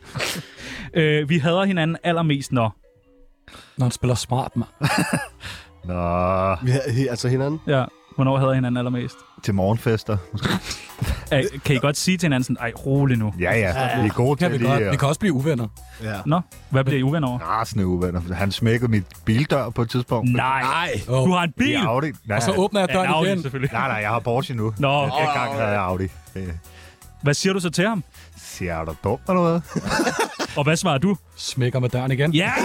Vi hader hinanden allermest, når han spiller smart, mand. Altså hinanden? Ja. Hvornår hader hinanden allermest? Til morgenfester. Kan I godt sige til hinanden sådan, ej, rolig nu? Ja. Vi er gode til det. Vi kan også blive uvenner. Ja. Nå, hvad bliver I uvenner over? Rasende uvenner. Han smækkede mit bildør på et tidspunkt. Nej. Du har en bil? Ja, Audi. Og så åbner jeg døren Audi, igen. Selvfølgelig. Nej, jeg har Porsche nu. Nå. En gang havde jeg Audi. Hvad siger du så til ham? Siger jeg, er du dum eller noget? Og hvad svarer du? Smækker med døren igen. Ja!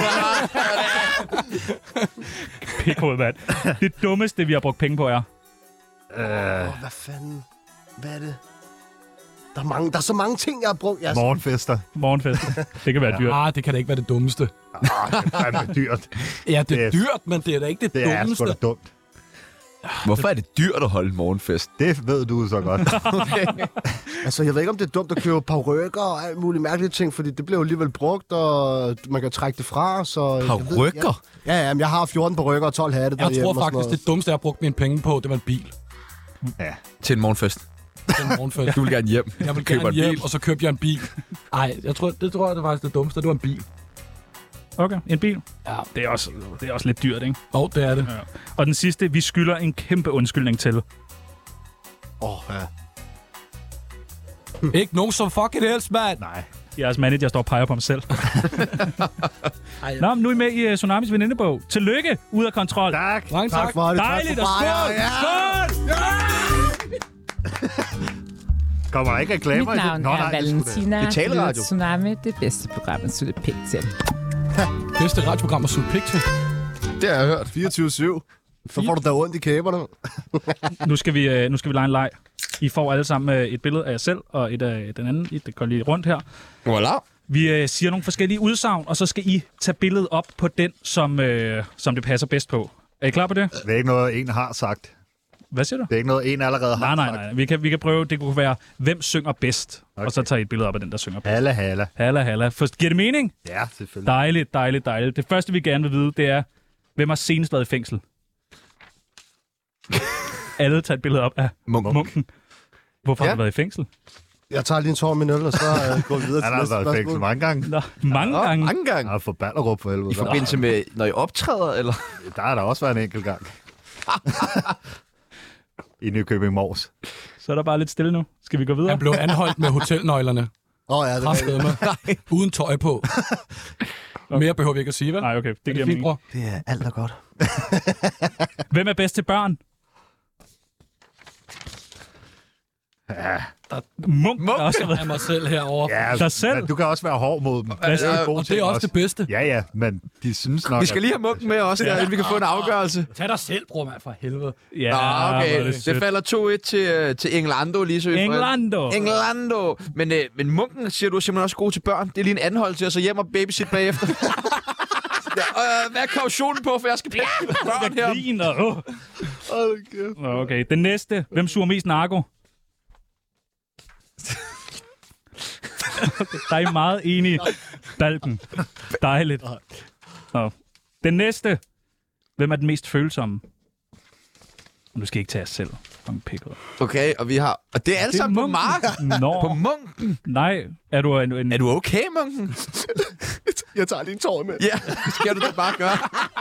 Pikhoved, mand. Det dummeste, vi har brugt penge på, er... Hvad fanden? Hvad er det? Der er så mange ting, jeg har brugt. Morgenfester. Det kan være dyrt. Det kan da ikke være det dummeste. Det er dyrt. Ja, det er dyrt, men det er da ikke det dummeste. Det er sgu da dumt. Hvorfor er det dyrt at holde en morgenfest? Det ved du så godt. Okay. Altså, jeg ved ikke, om det er dumt at købe parykker og alt muligt mærkelige ting, fordi det bliver jo alligevel brugt, og man kan trække det fra, så... Parykker? Ja, jeg har 14 parykker og 12 hatte derhjemme. Jeg tror faktisk, det dummeste, jeg har brugt mine penge på, det var en bil. Ja. Til en morgenfest. Til en morgenfest. Du vil gerne hjem. Jeg vil gerne hjem, og så købte jeg en bil. Nej, det tror jeg, det var faktisk det dummeste. Det var en bil. Okay, en bil. Ja. Det er også lidt dyrt, ikke? Det er det. Ja. Og den sidste, vi skylder en kæmpe undskyldning til. Ja. Ikke nogen som fucking helst, mand. Nej. Jeres manager står og peger på ham selv. Nå, men nu er I med i Tsunamis venindebog. Tillykke, ud af kontrol. Tak. Mange tak. for det. Dejligt, og skål! Skål! Kommer der ikke reklamer? Mit navn er Valentina. Det er taleradio. Tsunami, det bedste program, at slutte pænt til. Bedste radioprogram at suge pik til. Det har jeg hørt. 24/7. Så får du da ondt i kæberne. Nu skal vi lege en leg. I får alle sammen et billede af jer selv, og et af den anden. Det går lige rundt her. Voilà. Vi siger nogle forskellige udsagn, og så skal I tage billedet op på den, som det passer bedst på. Er I klar på det? Det er ikke noget, en har sagt. Hvad siger du? Det er ikke noget, en allerede har sagt. Nej. Vi kan prøve, det kunne være, hvem synger bedst. Okay. Og så tager I et billede op af den, der synger bedst. Halla. Giver det mening? Ja, selvfølgelig. Dejligt. Det første, vi gerne vil vide, det er, hvem har senest været i fængsel? Alle tager et billede op af munken. Hvorfor har du været i fængsel? Jeg tager lige en tår af min øl, og så går vi videre til næste spørgsmål. Han har været i fængsel mange gange. Nå, mange gange? Mange gange. Han har fået Ballerup for helvede. I forbindelse med, når I optræder, eller? Der har der også været en enkelt gang. I Nykøbing Mors. Så er der bare lidt stille nu. Skal vi gå videre? Han blev anholdt med hotelnøglerne. Ja, det er uden tøj på. Okay. Mere behøver vi ikke at sige, vel? Nej, okay. Det giver fint, bror. Det er alt er godt. Hvem er bedst til børn? Ja, Munk har også været af mig selv herovre. Ja, dig selv. Men du kan også være hård mod dem. Og det er også det bedste. Ja, men de synes nok... Vi skal lige have munken med også, der, inden vi kan få en afgørelse. Tag dig selv, bror, mand, for helvede. Ja, Nå, okay. Det falder 2-1 til Englando, lige så vi Englando. Men munken, siger du, er simpelthen også god til børn. Det er lige en anhold til at så hjem og babysit bagefter. Hvad er kautionen på, for jeg skal passe børn her? Okay, den næste. Hvem suger mest narko? Der er meget enige. Balken. Dejligt. Nå. Den næste. Hvem er den mest følsomme? Du skal ikke tage os selv. Okay, og vi har... Og det er alle sammen på Mark. På munken. Nej. Er du Er du okay, munken? Jeg tager lige en tår med. Ja, det skal du da bare gøre.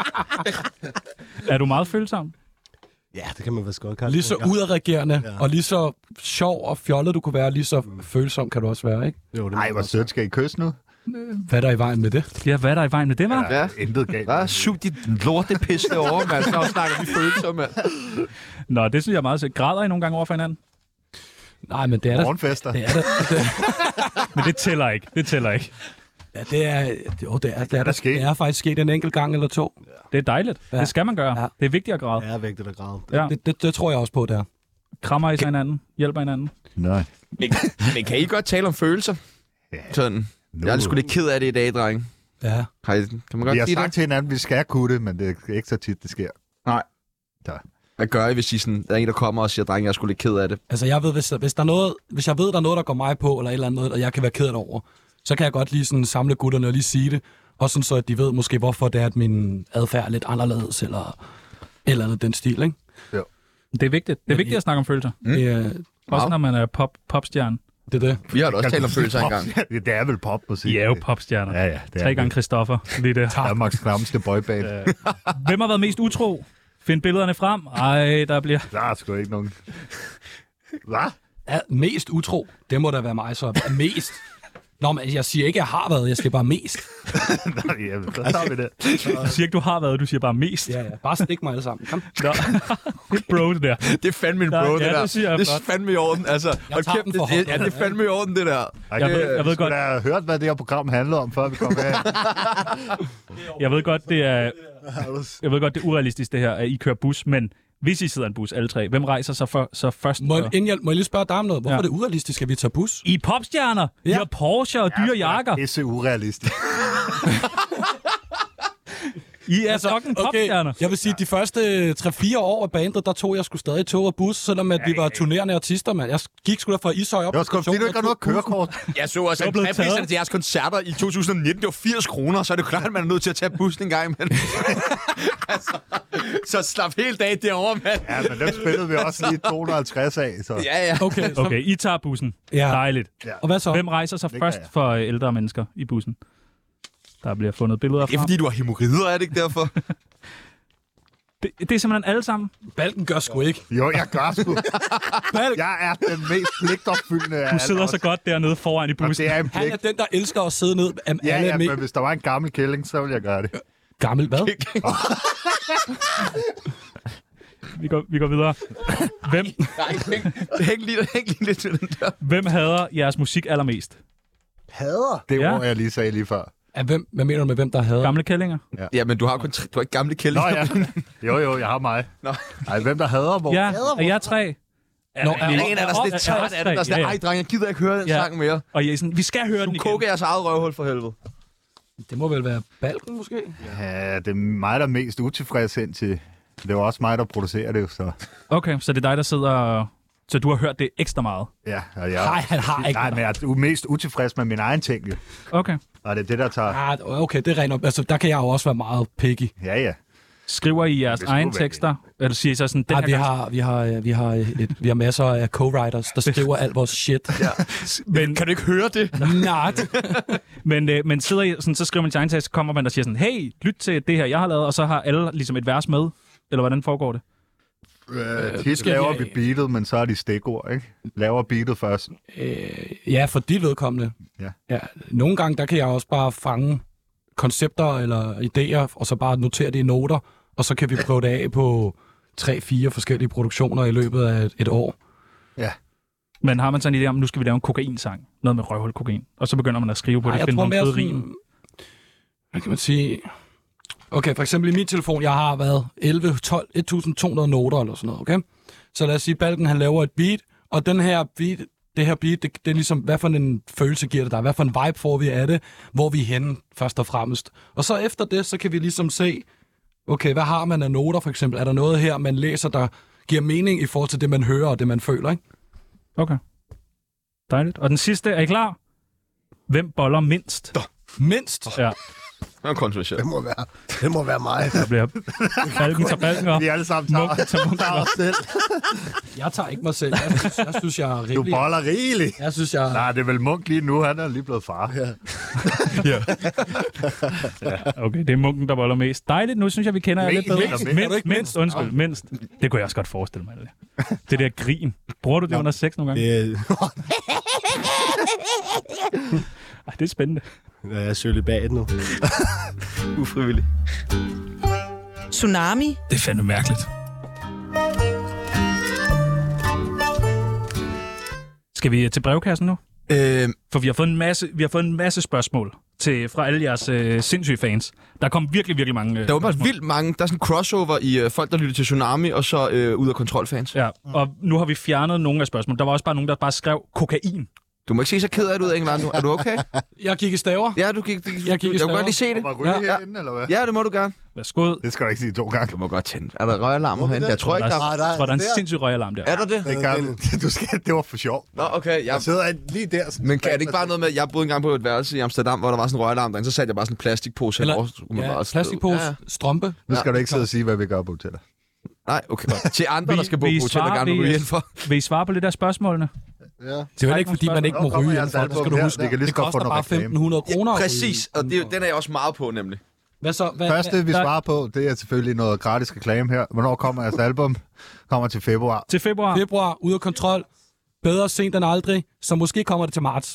Er du meget følsom? Ja, det kan man vist godt kalde. Lige så udadreagerende, og lige så sjov og fjollet du kunne være, lige så følsom kan du også være, ikke? Jo, det Nej, hvor sødt. Skal I kysse nu? Hvad er der i vejen med det? Ja, hvad er der i vejen med det, var? Ja. Intet galt. Bare sug dit lorte pis derovre, mand. Så snakker vi følelser, mand. Nå, det synes jeg er meget sødt. Græder I nogle gange over for hinanden? Nej, men det er Morgenfester. det. Men det tæller ikke. Det tæller ikke. Ja, det er faktisk sket en enkelt gang eller to. Det er dejligt. Ja. Det skal man gøre. Ja. Det er vigtigt at græde. Det er vigtigt at græde. Ja. Det tror jeg også på, der. Krammer I så hinanden? Hjælper hinanden? Nej. Men kan I godt tale om følelser? Ja. Sådan. Jeg er sgu lidt ked af det i dag, dreng. Ja. Kan man godt Vi har sige sagt det? til hinanden, at vi skal kunne det, men det er ikke så tit, det sker. Nej. Så. Hvad gør I, hvis I sådan, der er en, der kommer og siger, dreng, jeg er sgu lidt ked af det? Altså, jeg ved, hvis jeg ved, der er noget, der går mig på, eller et eller andet, og jeg kan være ked af det over, så kan jeg godt lige sådan samle gutterne og lige sige det. Også sådan så, at de ved måske, hvorfor det er, at min adfærd er lidt anderledes, eller et eller andet den stil, ikke? Jo. Det er vigtigt. Det er vigtigt at snakke om følelser. Også når man er popstjerne. Det er det. Vi har da også talt om følelser engang. Det er vel popmusik. I er jo popstjerner. Ja, det er 3 gange Christoffer. Lige det. Danmarks klammeste boyband. Hvem har været mest utro? Find billederne frem. Ej, der bliver... Der er sgu ikke nogen. Hvad? Ja, mest utro. Det må da være mig så. Mest. Nå, men jeg siger ikke, at jeg har været. Jeg siger bare mest. Nej, ja, så tager vi det. Du siger ikke, du har været. Du siger bare mest. Ja. Bare stik mig alle sammen. Kom. Nå. Det er bro, det der. Det er fandme en bro, Ja, det der. det siger jeg det er godt. fandme i orden. Altså, Jeg tager den for hånden. det er fandme i orden, det der. Jeg ved godt. Jeg har hørt, hvad det her program handler om, før vi kom her. Jeg ved godt, det er... Jeg ved godt, det er urealistisk, det her, at I kører bus, men hvis I sidder i en bus, alle tre, hvem rejser så først? Må jeg lige spørge dig om noget? Hvorfor er det urealistisk, at vi tager bus? I er popstjerner! I har Porsche og dyre jakker! Det er så urealistisk. I er fucking popstjerner. Jeg vil sige, de første 3-4 år af bandet, der tog jeg sgu stadig tog og bus, selvom at vi var turnerende artister, mand. Jeg gik sgu da fra Ishøj op. Det var sgu fordi, du ikke har noget kørekort. Jeg så også, at priserne til jeres koncerter i 2019, det var 80 kroner, så er det klart, at man er nødt til at tage bussen en gang, mand. Altså, så slap helt af derovre, mand. Ja, men dem spillede vi også lige 250 af, så... Ja. Okay, I tager bussen. Ja. Dejligt. Ja. Og hvad så? Hvem rejser sig først for ældre mennesker i bussen? Der bliver fundet billeder Det er frem. fordi, du har hæmorrider, er det ikke derfor? Det er simpelthen alle sammen. Balken gør sgu ikke. Jo, jeg gør sgu. Jeg er den mest pligtopfyldende af Du sidder så godt dernede foran i bussen. Det er en Han pligt. er den, der elsker at sidde ned. Ja, men hvis der var en gammel kælling, så ville jeg gøre det. Gammel hvad? Vi går videre. Hvem? Hæng lige lidt til den der. Hvem hader jeres musik allermest? Hader? Det Ja. ord, jeg lige sagde lige før. Hvad mener du med, hvem der havde? Gamle kællinger? Ja, men du har ikke gamle Nå kællinger. ja. Jo, jeg har mig. Nå. Ej, hvem der hader hvor? Ja, er jeg 3? Nå, er en af der sådan lidt tørt af det, der sådan, ej dreng, jeg gider ikke høre den sang mere. Og jeg er sådan, vi skal høre den Du igen. koger jeres eget røvhul for helvede. Det må vel være Balken, måske? Ja, det er mig, der er mest utilfreds ind til. Det var også mig, der producerer det, så... Okay, så det er dig, der sidder og... Så du har hørt det ekstra meget? Ja, og jeg... Nej, han har ikke. Nej, men jeg er mest utilfreds med min egen ting, jo. Okay. Og det er det, der tager... Okay, det er rent op. Altså, der kan jeg jo også være meget picky. Ja. Skriver I jeres egne tekster? Eller siger I så sådan... Vi har masser af co-writers, der skriver alt vores shit. Ja. Men kan du ikke høre det? Nej. men sidder I sådan, så skriver man sin egen tekst, så kommer man og siger sådan, hey, lyt til det her, jeg har lavet, og så har alle ligesom et vers med. Eller hvordan foregår det? Tit laver vi beatet, men så er de stikord, ikke? Laver beatet først. Ja, for de vedkommende. Ja. Nogle gange, der kan jeg også bare fange koncepter eller idéer, og så bare notere det i noter, og så kan vi prøve det af på 3-4 forskellige produktioner i løbet af et år. Ja. Men har man sådan en idé om, nu skal vi lave en kokainsang? Noget med røvhul kokain. Og så begynder man at skrive på det, finde nogle fede rim. Hvad kan man sige? Okay, for eksempel i min telefon, jeg har været 1.200 noter eller sådan noget, okay? Så lad os sige, Balken han laver et beat, og det her beat, det er ligesom, hvad for en følelse giver det dig? Hvad for en vibe får vi af det? Hvor vi er henne, først og fremmest. Og så efter det, så kan vi ligesom se, okay, hvad har man af noter for eksempel? Er der noget her, man læser, der giver mening i forhold til det, man hører og det, man føler, ikke? Okay. Dejligt. Og den sidste, er I klar? Hvem boller mindst? Mindst? Ja. Det er kontroversielt. Det må være mig. Der bliver Balken tager Balken op. Vi alle sammen tager os selv. Jeg tager ikke mig selv. Jeg synes, jeg er rimelig... Du boller rigeligt. Jeg synes, jeg... Nej, det er vel Munk lige nu. Han er lige blevet far. Ja. Ja, okay, det er Munken, der boller mest. Dejligt, nu synes jeg, vi kender jer lidt bedre. Mindst, undskyld, mindst. Det kunne jeg også godt forestille mig. Det der grin. Bruger du det under sex nogle gange? Ej, det er spændende. Jeg er cølibat nu. Ufrivilligt. Tsunami. Det er fandme mærkeligt. Skal vi til brevkassen nu? For vi har fået en masse spørgsmål fra alle jeres sindssyge fans. Der kom virkelig, virkelig mange. Der var bare vildt mange. Der er sådan en crossover i folk, der lytter til Tsunami, og så ud af kontrolfans. Ja, og nu har vi fjernet nogle af spørgsmål. Der var også bare nogen, der bare skrev kokain. Du må ikke se så ked af det ud, England. Er du okay? Jeg gik i staver. Ja, du gik. Jeg kan godt lige se det. Må man ryge herinde, eller hvad? Ja, det må du gerne. Værsgo. Det skal du ikke sige 2 gange. Du må godt tænde. Er der røgalarmer herinde? Jeg tror ikke, der er en sindssyg røgalarm der. Er der det? Det var for sjov. Nå, okay. Jeg sidder lige der. Men kan det ikke bare noget med, at jeg boede engang på et værelse i Amsterdam, hvor der var sådan en røgalarm derinde, så satte jeg bare sådan en plastikpose Eller plastikpose, strømpe. Nu skal du ikke sidde og sige, hvad vi gør på hotellet. Nej, okay. Til andre, der skal bo på hotellet, gerne vil ryge ind for. Vil I svare på lidt af spørgsmålene? Ja. Det er jo ikke, fordi man ikke må ryge indenfor. Det skal du huske. Det koster bare 1.500 kroner. Præcis, og den er jeg også meget på, nemlig. Hvad så? Første, vi svarer på, det er selvfølgelig noget gratis reklame her. Hvornår kommer jeres album? Kommer til februar. Til februar? Februar, ude af kontrol. Bedre sent end aldrig, så måske kommer det til marts.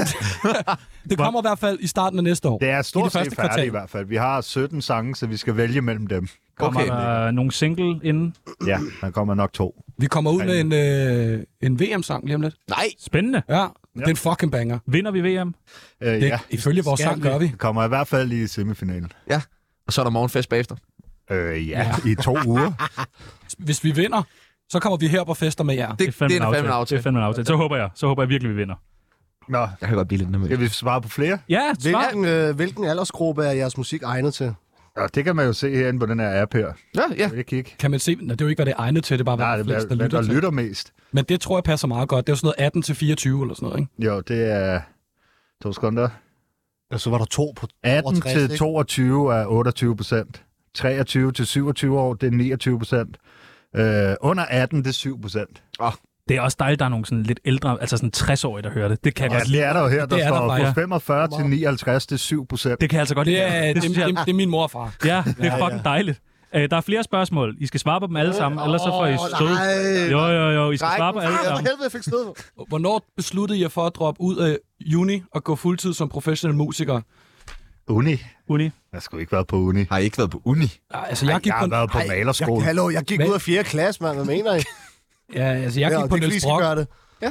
Det kommer i hvert fald i starten af næste år. Det er stort set færdigt i hvert fald. Vi har 17 sange, så vi skal vælge mellem dem. Kommer der nogle single inden? Ja, der kommer nok 2. Vi kommer ud med en VM-sang lige om lidt. Nej! Spændende. Ja, det er en fucking banger. Vinder vi VM? Ja. Ifølge vores sang gør vi. Det kommer i hvert fald i semifinalen. Ja, og så er der morgenfest bagefter. Ja, i 2 uger. Hvis vi vinder, så kommer vi her på fester med jer. Det er fandme en aftale. Så håber jeg virkelig, vi vinder. Nå, jeg kan godt blive lidt nervøs. Skal vi svare på flere? Ja, Hvilken aldersgruppe er jeres musik egnet til? Ja, det kan man jo se herinde på den her app her. Ja. Kan man se? Det er jo ikke, hvad det er egnet til. Det er bare, hvad flest, der lytter mest. Men det tror jeg passer meget godt. Det er jo sådan noget 18 til 24 eller sådan noget, ikke? Jo, det er 2 sekunder. Ja, så var der 2 på 18 til 22 er 28%. 23 til 27 år, det er 29%. Under 18, det er 7%. Det er også dejligt, der er nogle sådan lidt ældre, altså sådan 60-årige, der hører det. Det kan ja, det er der jo her, der står fra 45 til 59, det er 7%. Det kan jeg altså godt lide. Det er min mor og far. Ja, det er fucking dejligt. Der er flere spørgsmål. I skal svare på dem alle sammen, ellers så får I stød. Jo, I skal svare på alle sammen. Helvede, fik stød. Hvornår besluttede I for at droppe ud af uni og gå fuldtid som professionel musiker? Uni. Jeg har sgu ikke været på uni. Har I ikke været på uni? Altså, jeg har været på malerskole. Jeg gik ud af 4. klasse, mand. Hvad mener I? Ja, altså jeg gik på Niels Brock,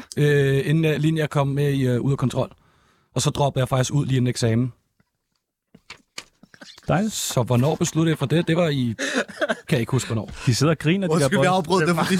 inden jeg kom med i ud af kontrol. Og så droppede jeg faktisk ud lige en eksamen. Dejligt. Så hvornår besluttede jeg for det? Det var i... Kan jeg ikke huske, hvornår. De sidder og griner, de der boys. Vi afbrød det, fordi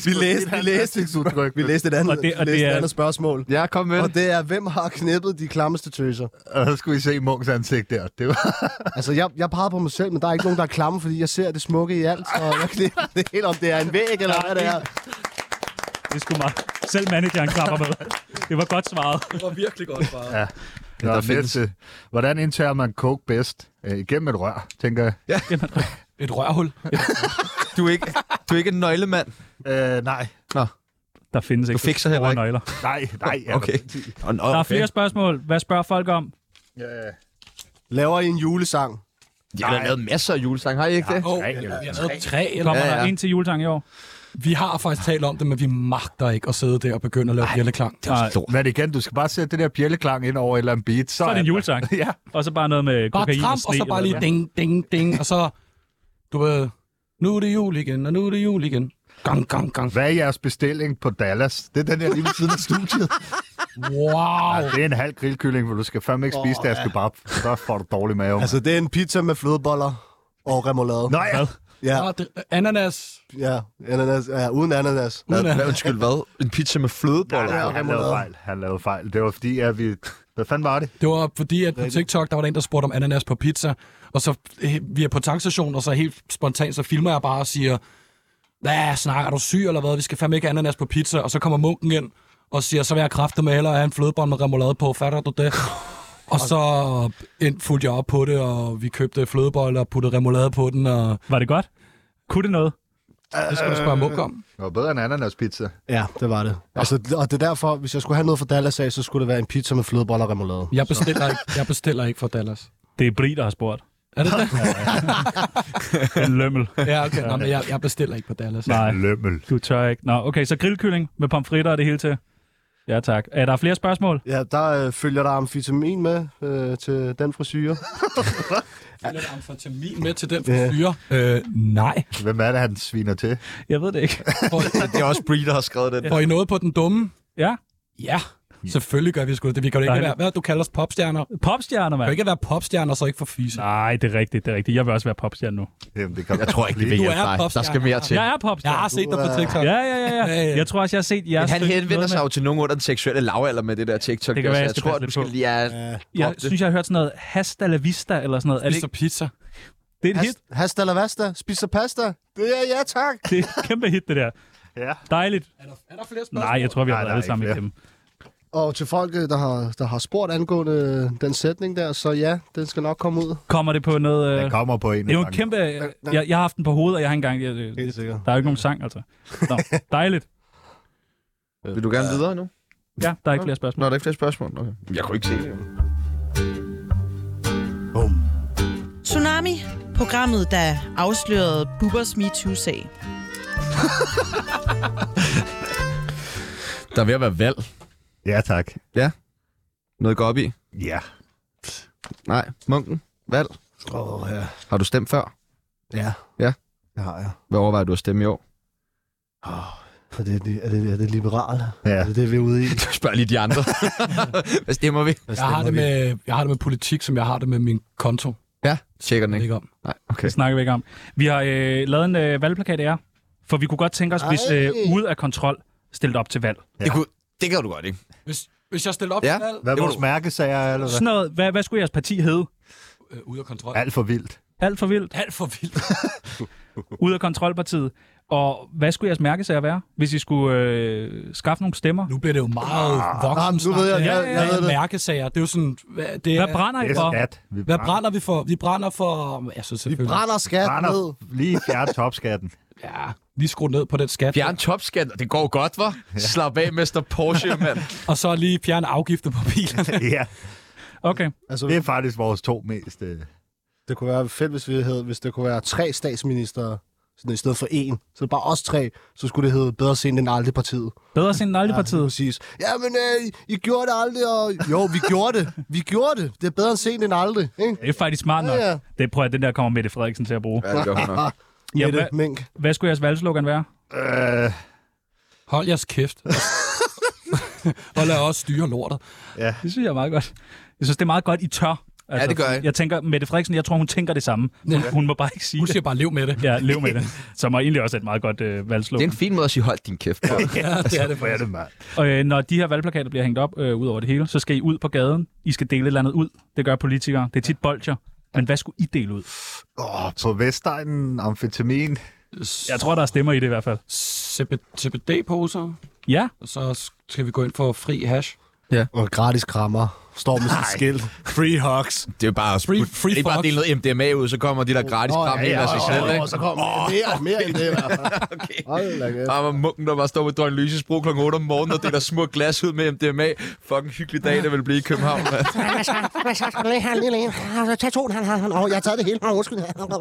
vi læste et andet spørgsmål. Ja, kom med. Og det er, hvem har knippet de klammeste tøser? Og så skulle I se Munks ansigt der. Det var... Altså, jeg pegede på mig selv, men der er ikke nogen, der er klamme, fordi jeg ser det smukke i alt. Og jeg knipper det helt, om det er en væg, eller hvad det er. Det skulle meget. Selv manageren klapper med. Det var godt svaret. Det var virkelig godt svaret. Ja. Der findes, hvordan indtager man coke bedst? Igennem et rør, tænker jeg. Ja. Et rørhul. Du er ikke en nøglemand? Nej. Nå. Der findes ikke fikser heller ikke nøgler. Nej. Okay. Der er flere spørgsmål. Hvad spørger folk om? Laver I en julesang? Jeg har lavet masser af julesang, har I ikke det? Vi har lavet 3. Kommer der en til julesang i år? Vi har faktisk talt om det, men vi magter ikke at sidde der og begynde at lave bjælleklang. Men igen, du skal bare sætte det der bjælleklang ind over et eller andet beat. Så er det en julesang. Ja. Og så bare noget med kokain tramp, og sne. Og så bare lige ding, ding, ding. Og så, du ved, nu er det jul igen, og nu er det jul igen. Gang. Hvad er jeres bestilling på Dallas? Det er den her lige ved siden af studiet. Wow. Ja, det er en halv grillkylling, for du skal fandme ikke spise deres kebab. Så får du dårlig mave. Altså, det er en pizza med flødeboller og remoulade. Nå ja. Ja. Ananas. Ja, ananas. Ja, uden ananas. Undskyld, hvad? En pizza med flødeboller? Nej, han lavede fejl. Det var fordi, at vi... Hvad fanden var det? Det var fordi, at på TikTok, der var der en, der spurgte om ananas på pizza. Og så vi er på tankstationen, og så helt spontant, så filmer jeg bare og siger, hvad snakker du syg eller hvad? Vi skal fandme ikke ananas på pizza. Og så kommer munken ind og siger, så vil jeg kræfte med hellere have en flødebold med remoulade på. Fatter du det? Og så fulgte jeg op på det, og vi købte flødeboller og puttede remoulade på den. Og... Var det godt? Kunne det noget? Det skal du spørge Munk om. Det var bedre end ananaspizza. Ja, det var det. Altså, og det er derfor, hvis jeg skulle have noget fra Dallas af, så skulle det være en pizza med flødeboller og remoulade. Jeg bestiller ikke fra Dallas. Det er Bri, der har spurgt. Er det det? En lømmel. Ja, okay. Nå, men jeg bestiller ikke på Dallas. Nej, lømmel. Du tør ikke. Nå, okay, så grillkylling med pomfritter og det hele til. Ja, tak. Er der flere spørgsmål? Ja, der følger der amfetamin med til den frisyre. Følger der amfetamin med til den frisyre? Nej. Hvem er det, han sviner til? Jeg ved det ikke. Det er også Brie, der har skrevet det. Får I noget på den dumme? Ja. Ja. Selvfølgelig gør vi sgu det. Vi kan jo ikke være, hvad du kalder os popstjerner. Popstjerner, mand. Kan ikke være popstjerner, så ikke for fise. Nej, det er rigtigt. Jeg vil også være popstjerne nu. Jamen, det kan jeg tror ikke, det vil hjælpe dig. Der skal mere til. Jeg er popstjerne. Jeg har set dig på TikTok. Ja. Jeg tror også, jeg har set jeres. Han henvender sig jo til nogen under den seksuelle lavalder med det der TikTok. Det kan være, jeg tror, du skal lige... Jeg synes, jeg har hørt sådan noget hasta la vista eller sådan noget. Spiser pizza. Det er et hit. Hasta la vasta. Spiser pasta. Det er ja, tak. Det er et kæmpe hit, det der. Ja. Dejligt. Er der flere spørgsmål? Nej, jeg tror, vi har været alle sammen igennem. Og til folk, der har spurgt angående den sætning der, så ja, den skal nok komme ud. Kommer det på noget... Den kommer på en. Det er jo en kæmpe... Jeg har haft den på hovedet, og jeg har engang... Helt sikkert. Der er jo ikke nogen sang, altså. Nå, dejligt. Vil du gerne videre nu? Ja, der er ikke flere spørgsmål. Nå, der er ikke flere spørgsmål. Okay. Jeg kunne ikke se det. Boom. Tsunami, programmet, der afslørede Bubbers MeToo-sag. Der er ved at være valg. Ja, tak. Ja. Noget går op i? Ja. Nej. Munken? Valg? Ja. Har du stemt før? Ja. Ja. Det har jeg. Hvad overvejer du at stemme i år? Er det liberale? Ja. Er det vi er ude i? Du spørger lige de andre. Hvad stemmer vi? Jeg har det med politik, som jeg har det med min konto. Ja, tjekker den ikke. Om. Nej, okay. Det snakker vi ikke om. Vi har lavet en valgplakat af jer, for vi kunne godt tænke os, hvis ude af kontrol stillet op til valg. Ja. Det kan du godt, ikke? Hvis jeg stiller op til valg... Hvad er vores mærkesager? Eller sådan noget. Hvad skulle jeres parti hedde? Ude af kontrol. Alt for vildt. Alt for vildt. Alt for vildt. Ude af kontrolpartiet. Og hvad skulle jeres mærkesager være, hvis I skulle skaffe nogle stemmer? Nu bliver det jo meget voksen. Nu ved jeg, jeg ved det. Mærkesager, det er jo sådan... Hvad brænder I for? Hvad brænder vi for? Vi brænder for... Jeg synes, vi brænder skatten ned. Lige fjerne topskatten. Ja, lige skru ned på den skat. Fjerne topskatten, det går godt, hva'? Ja. Slap af, Mr. Porsche, mand. Og så lige fjerne afgifter på bilerne. Ja. Okay. Altså, det er faktisk vores to mest... Det kunne være fedt, hvis det kunne være 3 statsminister sådan i stedet for 1. Så det er bare os 3, så skulle det hedde Bedre sent end aldrig partiet. Bedre sent end aldrig partiet? Ja, præcis. Jamen, I gjorde det aldrig, og... Jo, vi gjorde det. Vi gjorde det. Det er bedre sent end aldrig, ikke? Det er faktisk smart nok. Ja. Det prøver jeg, den der kommer Mette Frederiksen til at bruge. Ja, det gør hun nok. Ja, hvad skulle jeres valgslogan være? Hold jeres kæft. Og lad os styre lortet. Ja. Det synes jeg er meget godt. Jeg synes, det er meget godt, I tør. Altså, ja, det gør jeg. Jeg tænker, Mette Frederiksen, jeg tror, hun tænker det samme. Hun må bare ikke sige hun siger bare, lev med det. Ja, lev med det. Som er egentlig også et meget godt valgslogan. Det er en fin måde at sige, hold din kæft på. Ja, det er det for det, mand. Og når de her valgplakater bliver hængt op ud over det hele, så skal I ud på gaden. I skal dele et eller andet ud. Det gør politikere. Det er tit bolcher. Men hvad skulle I dele ud? På Vestegnen, amfetamin. Jeg tror, der er stemmer i det i hvert fald. CBD-poser. Ja. Og så skal vi gå ind for fri hash. Ja. Og gratis krammer. Står med sit skilt. Free hugs. Det er jo bare free det er bare dele noget MDMA ud, så kommer de der gratis kram ind af sig selv, ikke? Og så kommer mere end det i hvert fald. Okay. Og munken, der bare står ved Døgn Lyses bro kl. 8 om morgenen og deler små glas ud med MDMA. Fucking hyggelig dag, der vil blive i København, mand. Hvad skal du lige have en lille en? Tag 2, jeg har taget det hele. Undskyld.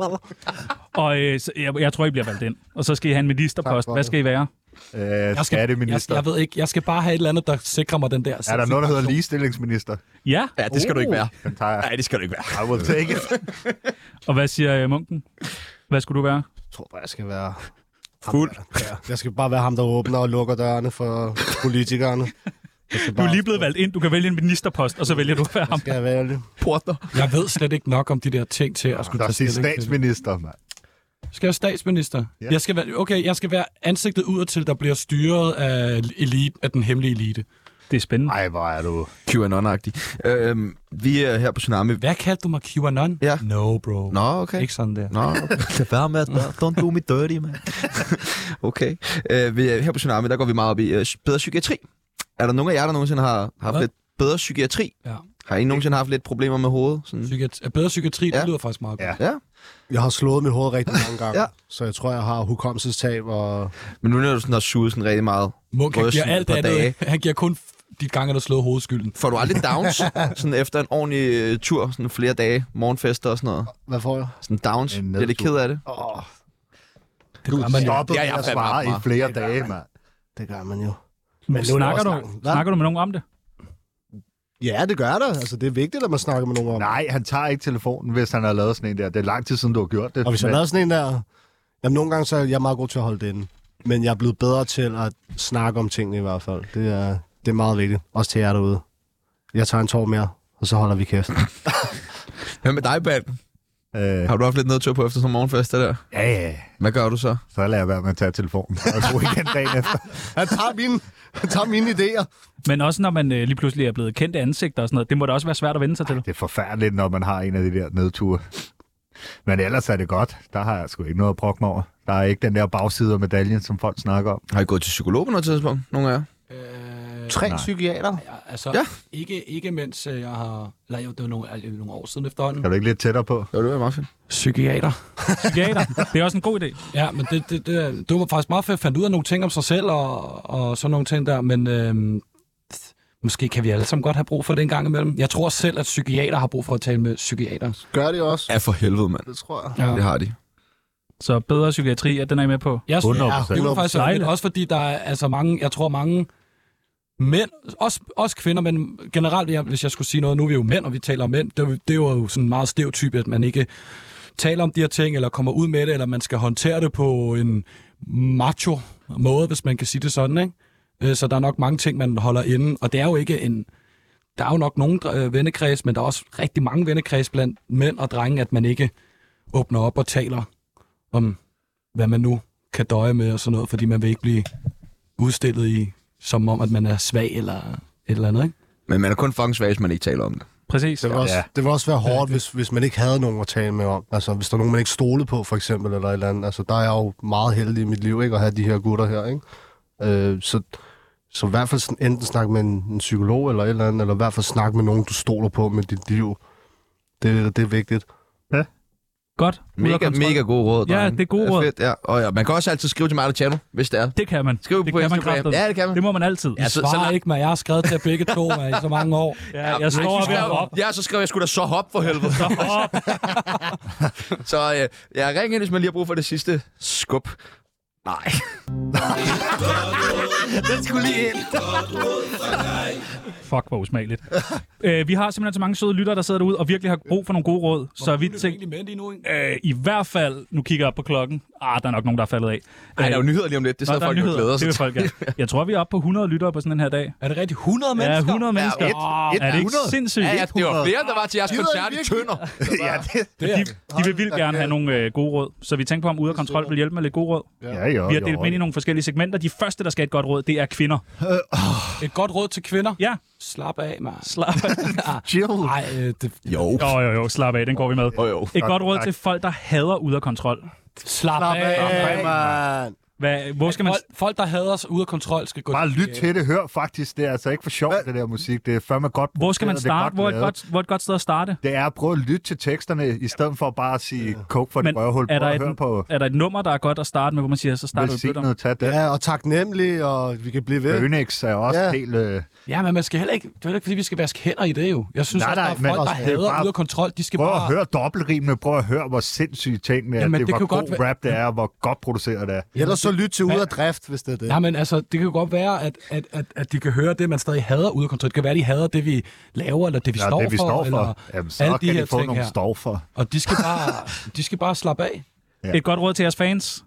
Og jeg tror, I bliver valgt ind. Og så skal I have en ministerpost. Hvad skal I være? Skatteminister. Jeg ved ikke. Jeg skal bare have et eller andet, der sikrer mig den der. Er der noget, der hedder ligestillingsminister? Ja. Ja, det skal du ikke være. Nej, det skal du ikke være. I will take it. Og hvad siger munken? Hvad skulle du være? Jeg tror bare, jeg skal være Fuld. Jeg skal bare være ham, der åbner og lukker dørene for politikerne. Du er lige blevet valgt ind. Du kan vælge en ministerpost, og så vælger du at være ham. Skal jeg vælge? Porter. Jeg ved slet ikke nok om de der ting til at skulle Der tage siger stilling til det. statsminister, mand. Skal jeg statsminister? Ja. Jeg skal være ansigtet udadtil, der bliver styret af den hemmelige elite. Det er spændende. Ej, hvor er du... QAnon-agtig. Vi er her på Tsunami. Hvad kaldte du mig, QAnon? Ja. No, bro. Nå, okay. Ikke sådan der. Nå, okay. Lad være med at spørge. Don't do me dirty, man. Okay. Vi er her på Tsunami, der går vi meget op i bedre psykiatri. Er der nogen af jer, der nogensinde har haft lidt bedre psykiatri? Ja. Har I nogensinde haft lidt problemer med hovedet? Sådan? Bedre psykiatri, det lyder faktisk meget godt. Ja. Jeg har slået mit hoved rigtig mange gange, Ja. så jeg tror, jeg har hukommelsestab og... Men nu er du sådan, har suget sådan rigtig meget. Munk, han giver alt par dage. andet. Han giver kun de gange, der slået hovedskylden. Får du aldrig downs sådan efter en ordentlig tur, sådan flere dage, morgenfester og sådan noget? Hvad får jeg? Sådan downs. Bliver lidt ked af det? Det gør man jo. Stoppet med at svare i flere dage, mand. Det gør man jo. Men snakker du med nogen om det? Ja, det gør jeg da. Altså, det er vigtigt, at man snakker med nogen om. Nej, han tager ikke telefonen, hvis han har lavet sådan en der. Det er lang tid siden, du har gjort det. Og hvis jeg har lavet sådan en der... Jamen, nogle gange så er jeg meget god til at holde det inde. Men jeg er blevet bedre til at snakke om tingene i hvert fald. Det er meget vigtigt. Også til jer derude. Jeg tager en tår mere, og så holder vi kæft. Hvad med dig, Baden? Har du haft lidt nedtur på efter sådan en morgenfest der? Ja. Hvad gør du så? Så lader jeg være med at tage telefonen og gå igen dagen efter. Han tager mine idéer. Men også når man lige pludselig er blevet kendt ansigter og sådan noget, det må da også være svært at vende sig til. Det er forfærdeligt, når man har en af de der nedture. Men ellers er det godt. Der har jeg sgu ikke noget at brokke mig over. Der er ikke den der bagside af medaljen, som folk snakker om. Har I gået til psykolog på noget tidspunkt, nogle af jer? 3 psykiater? Ja, altså, ikke mens jeg har... Eller jo, det var nogle år siden efterhånden. Kan du ikke lidt tættere på? Jo, det var meget fint. Psykiater. Det er også en god idé. Ja, men det var faktisk meget fedt at finde ud af nogle ting om sig selv og sådan nogle ting der, men måske kan vi alle sammen godt have brug for det en gang imellem. Jeg tror selv, at psykiater har brug for at tale med psykiater. Gør det også? Ja, for helvede, mand. Det tror jeg. Ja. Det har de. Så bedre psykiatri, den er I med på? Jeg synes, 100%. det er faktisk også fordi, der er altså mange, jeg tror mange mænd, også kvinder, men generelt, hvis jeg skulle sige noget, nu er vi jo mænd, og vi taler om mænd, det er jo sådan meget stereotyp, at man ikke taler om de her ting, eller kommer ud med det, eller man skal håndtere det på en macho måde, hvis man kan sige det sådan, ikke? Så der er nok mange ting, man holder inde, og det er jo ikke der er jo nok nogle vennekreds, men der er også rigtig mange vennekreds blandt mænd og drenge, at man ikke åbner op og taler om, hvad man nu kan døje med og sådan noget, fordi man vil ikke blive udstillet som om, at man er svag eller et eller andet, ikke? Men man er kun fucking svag, hvis man ikke taler om det. Præcis. Det vil også være hårdt, hvis man ikke havde nogen at tale med om. Altså, hvis der er nogen, man ikke stolede på, for eksempel, eller et eller andet. Altså, der er jeg jo meget heldig i mit liv, ikke? At have de her gutter her, ikke? Så i hvert fald enten snakke med en psykolog eller et eller andet, eller i hvert fald snakke med nogen, du stoler på med dit liv. Det er vigtigt. Ja. Godt. Mega gode råd. Ja, det er gode råd. Fedt, ja. Og ja, man kan også altid skrive til mig og Chano, hvis det er. Det kan man. Skriv det på kan man Instagram. kraftedeme. Ja, det kan man. Det må man altid. Jeg svarer ikke, men jeg har skrevet til begge to i så mange år. Ja, jeg står og ved at hoppe. Ja, så skrev jeg sgu da så hop for helvede. Så hop. Så jeg ringer ind, hvis man lige har brug for det sidste skub. Nej. Den skulle lige ind. Fuck, hvor usmageligt. Vi har simpelthen så mange søde lyttere, der sidder derude og virkelig har brug for nogle gode råd. Så vi tænker, i hvert fald, nu kigger jeg op på klokken. Der er nok nogen, der er faldet af. Ej, der er jo nyheder lige om lidt. Det sidder folk og glæder sig. Det folk, ja. Jeg tror, vi er oppe på 100 lyttere på sådan en her dag. Er det rigtigt? 100 mennesker? Ja, 100 mennesker. Ja, er det ikke sindssygt? Ja, det var flere, der var til jeres koncert i Tønder. Ja, de vil vildt gerne have nogle gode råd. Så vi tænker på, om Ude af Kontrol vil hjælpe med lidt gode råd. Ja, vi har delt dem ind i nogle forskellige segmenter. De første, der skal have et godt råd, det er kvinder. Et godt råd til kvinder? Ja. Slap af, man. Slap af. Chill. Nej, Jo, slap af. Den går vi med. Jo. Et godt råd til folk, der hader Ude af Kontrol. Slap af, man. Hvor skal man... Folk, der hader sig ude af kontrol, skal gå... Bare lyt til det, hør faktisk. Det er altså ikke for sjovt, det der musik. Det er fandme godt. Hvor skal man starte? Hvor er et godt sted at starte? Det er at prøve at lytte til teksterne, i stedet for bare at sige coke for det røvhul. Er der et nummer, der er godt at starte med, hvor man siger, så starter du noget tag det. Ja, og taknemmelig, og vi kan blive ved. Phoenix er også helt... Ja, men man skal heller ikke... Det er ikke, fordi vi skal vaske hænder i det jo. Jeg synes også, der er folk, der hader ude af kontrol, de skal prøv bare... Prøv at høre dobbeltrimene, prøv at høre, hvor sindssygt tingene er. Det hvor god rap det er, hvor godt produceret det er. Ellers så lyt til Ude af Drift, hvis det er det. Ja, men altså, det kan jo godt være, at de kan høre det, man stadig hader ude af kontrol. Det kan være, at de hader det, vi laver, eller det, vi står for. Eller jamen, så alle kan de de få nogle stoffer. Og de skal bare slappe af. Ja. Et godt råd til jeres fans.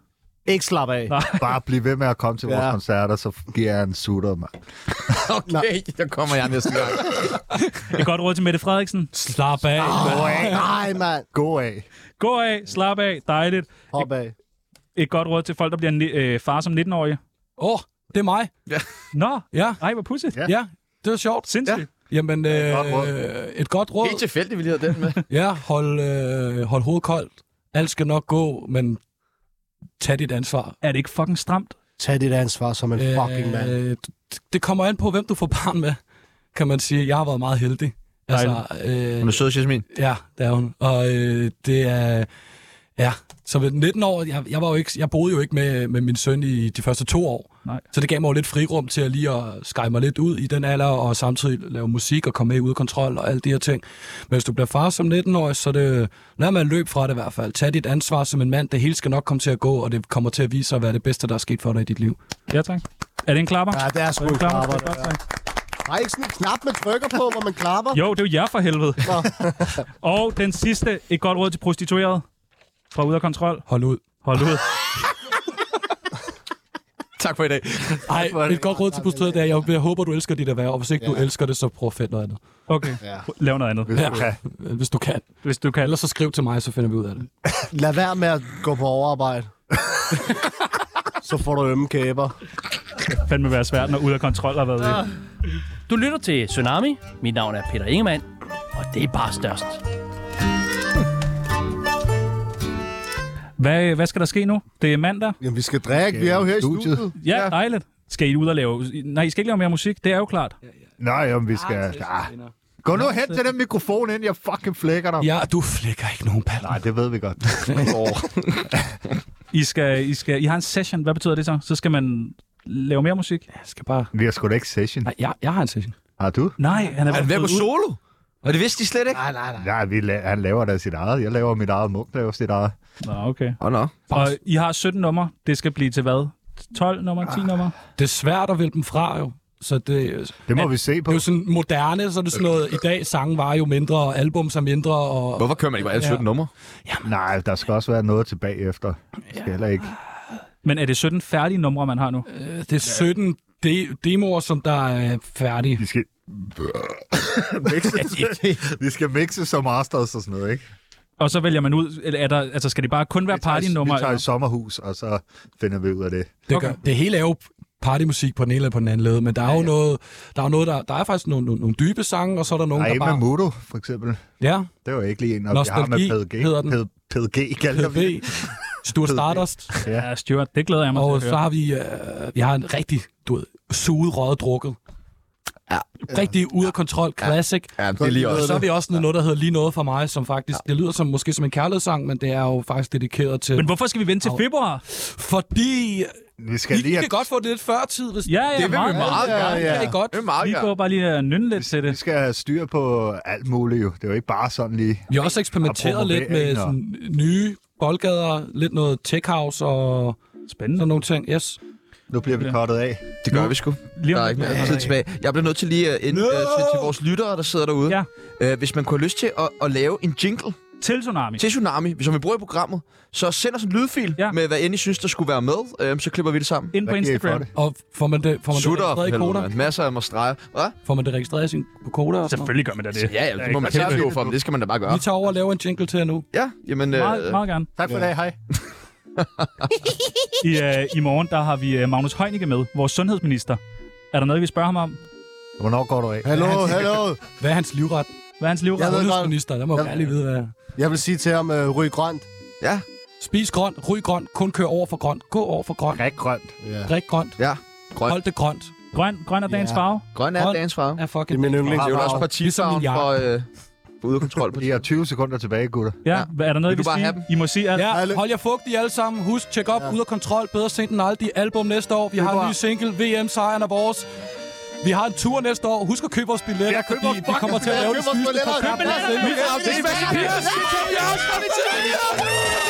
Ikke slap af. Bare bliv ved med at komme til vores koncerter, så giver jeg en sutter, mand. Okay, der kommer jeg næste gang. Et godt råd til Mette Frederiksen. Slap af. Nej, mand. Gå af. Gå af, slap af, dejligt. Hop af. Et godt råd til folk, der bliver far som 19-årige. Det er mig. Ja. Nå, Ja, ej, hvor pudsigt. ja, det var sjovt. Sindssygt. Jamen, et godt råd. Helt tilfældigt, vi lige havde den med. Ja, hold hovedet koldt. Alt skal nok gå, men tag dit ansvar. Er det ikke fucking stramt? Tag dit ansvar som en fucking mand. Det kommer an på, hvem du får barn med, kan man sige. Jeg har været meget heldig. Altså, Hun er sød, Jasmin. ja, det er hun. Og det er... Ja, så ved 19 år, jeg boede jo ikke med min søn i de første 2 år. Nej. Så det gav mig jo lidt frirum til at lige at skære mig lidt ud i den alder, og samtidig lave musik og komme med ude af kontrol og alle de her ting. Men hvis du bliver far som 19-årig, så lad mig løbe fra det i hvert fald. Tag dit ansvar som en mand. Det hele skal nok komme til at gå, og det kommer til at vise sig at være det bedste, der er sket for dig i dit liv. Ja, tak. Er det en klapper? Ja, det er sgu en klapper. Godt, tak. Der er ikke sådan en knap, man trykker på, hvor man klapper. Jo, det er jo jer for helvede. Og den sidste, et godt råd til prostituerede. Fra ude af kontrol. Hold ud. Hold ud. Tak for i dag. Ej, et godt råd til prostituerede er, jeg håber, du elsker dit erhverv, og hvis ikke du elsker det, så prøv at finde noget andet. Okay, lav noget andet. Hvis du kan. Hvis du kan. Ellers så skriv til mig, så finder vi ud af det. Lad være med at gå på overarbejde. Så får du ømme kæber. Det fandme være svært, når ude af kontrol har været i. Du lytter til Tsunami. Mit navn er Peter Ingemann, og det er bare størst. Hvad skal der ske nu? Det er mandag. Jamen, vi skal drikke. Vi er jo her i studiet. Ja, dejligt. Skal I ud og lave... Nej, I skal ikke lave mere musik. Det er jo klart. Nej, jamen, vi skal... Gå nu hen til den mikrofon, inden jeg fucking flækker dig. Ja, du flækker ikke nogen pal. Nej, det ved vi godt. I har en session. Hvad betyder det så? Så skal man lave mere musik? Jeg skal bare... Vi har sgu da ikke session. Nej, jeg har en session. Har du? Nej, han Er det ved at gå solo? Og det vidste de slet ikke? Nej, han laver da sit eget. Jeg laver mit eget. Munk laver sit eget. Nå, okay. Nå. Og I har 17 numre. Det skal blive til hvad? 12 numre? 10 numre? Det er svært at vælge dem fra, jo. Så det må vi se på. Det er jo sådan moderne, så er det sådan noget... I dag, sangen var jo mindre, og album er mindre, og... Hvorfor kører man ikke bare alle 17 numre? Nej, der skal også være noget tilbage efter. Det skal heller ikke. Men er det 17 færdige numre, man har nu? Det er 17 demoer, som der er færdige. De skal... De skal mixes som masters og sådan noget, ikke? Og så vælger man ud, eller skal det bare kun være partynumre? Vi tager i sommerhus, og så finder vi ud af det. Det hele er jo partymusik på den ene eller på den anden led, men der er jo noget, der er faktisk nogle dybe sange, og så er der nogle, der bare... Mudo, for eksempel. Ja. Det var ikke lige en, og Nostalgi jeg har med hedder den. PDG, kalder vi. Stuart Stardust. Ja, Stuart, det glæder jeg mig og til at høre. Og så har vi har en rigtig, suget, røget drukket. Ja. Rigtig ude af kontrol, classic. Ja, det er lige også. Så har vi også noget, der hedder Lige Noget for mig, som faktisk, det lyder måske som en kærlighedssang, men det er jo faktisk dedikeret til... Men hvorfor skal vi vente til februar? Fordi... I kan godt få det lidt før tid, hvis... Ja, det vil vi meget gerne. Ja. Det godt. Det er meget vi går bare lige og nynne lidt til det. Vi skal have styr på alt muligt jo. Det er jo ikke bare sådan lige... Vi har også eksperimenteret lidt med sådan nye boldgader, lidt noget tech house og... Spændende. Sådan nogle ting, yes. Nu bliver vi kottet af. Det gør vi sgu. Der er ikke mere tid tilbage. Jeg bliver nødt til lige at til vores lyttere, der sidder derude. Ja. Hvis man kunne have lyst til at lave en jingle til Tsunami. Til Tsunami, som vi bruger i programmet, så send os en lydfil med, hvad end I synes, der skulle være med. Så klipper vi det sammen. Ind på Instagram. Og får man det registreret i koder? Masser af streger. Hvad? Får man det registreret i koder? Selvfølgelig gør man da det. Ja, det må man selv stå for, men det skal man da bare gøre. Vi tager over og laver en jingle til jer nu. Ja, jamen... Meget gerne. Tak for i dag, hej. I morgen, der har vi Magnus Heunicke med, vores sundhedsminister. Er der noget, vi spørger ham om? Hvornår går du af? Hallo. Hvad er hans livret? Hvad er hans livret? Sundhedsminister, der må jeg lige vide, hvad... Jeg vil sige til ham, ryg grønt. Ja. Spis grønt, ryg grønt, kun kør over for grønt. Gå over for grønt. Drik grønt. Drik grønt. Ja, grønt. Hold det grønt. Grøn er dagens farve. Grøn er dagens farve. Ja, fucking. Det er min yndlings. Det er jo også partifarven for ude af kontrol. I har 20 sekunder tilbage, gutter. Ja, er der noget, vi siger? I må sige, at... Ja, hold jer fugtige alle sammen. Husk, tjek op, ude af kontrol. Bedre sent end aldrig. Album næste år. Vi har en ny single. VM-sejren er vores. Vi har en tur næste år. Husk at købe vores billetter, Ja, køb vores fordi vi kommer til at lave det sygeste koncert. Køb billetter! Vi har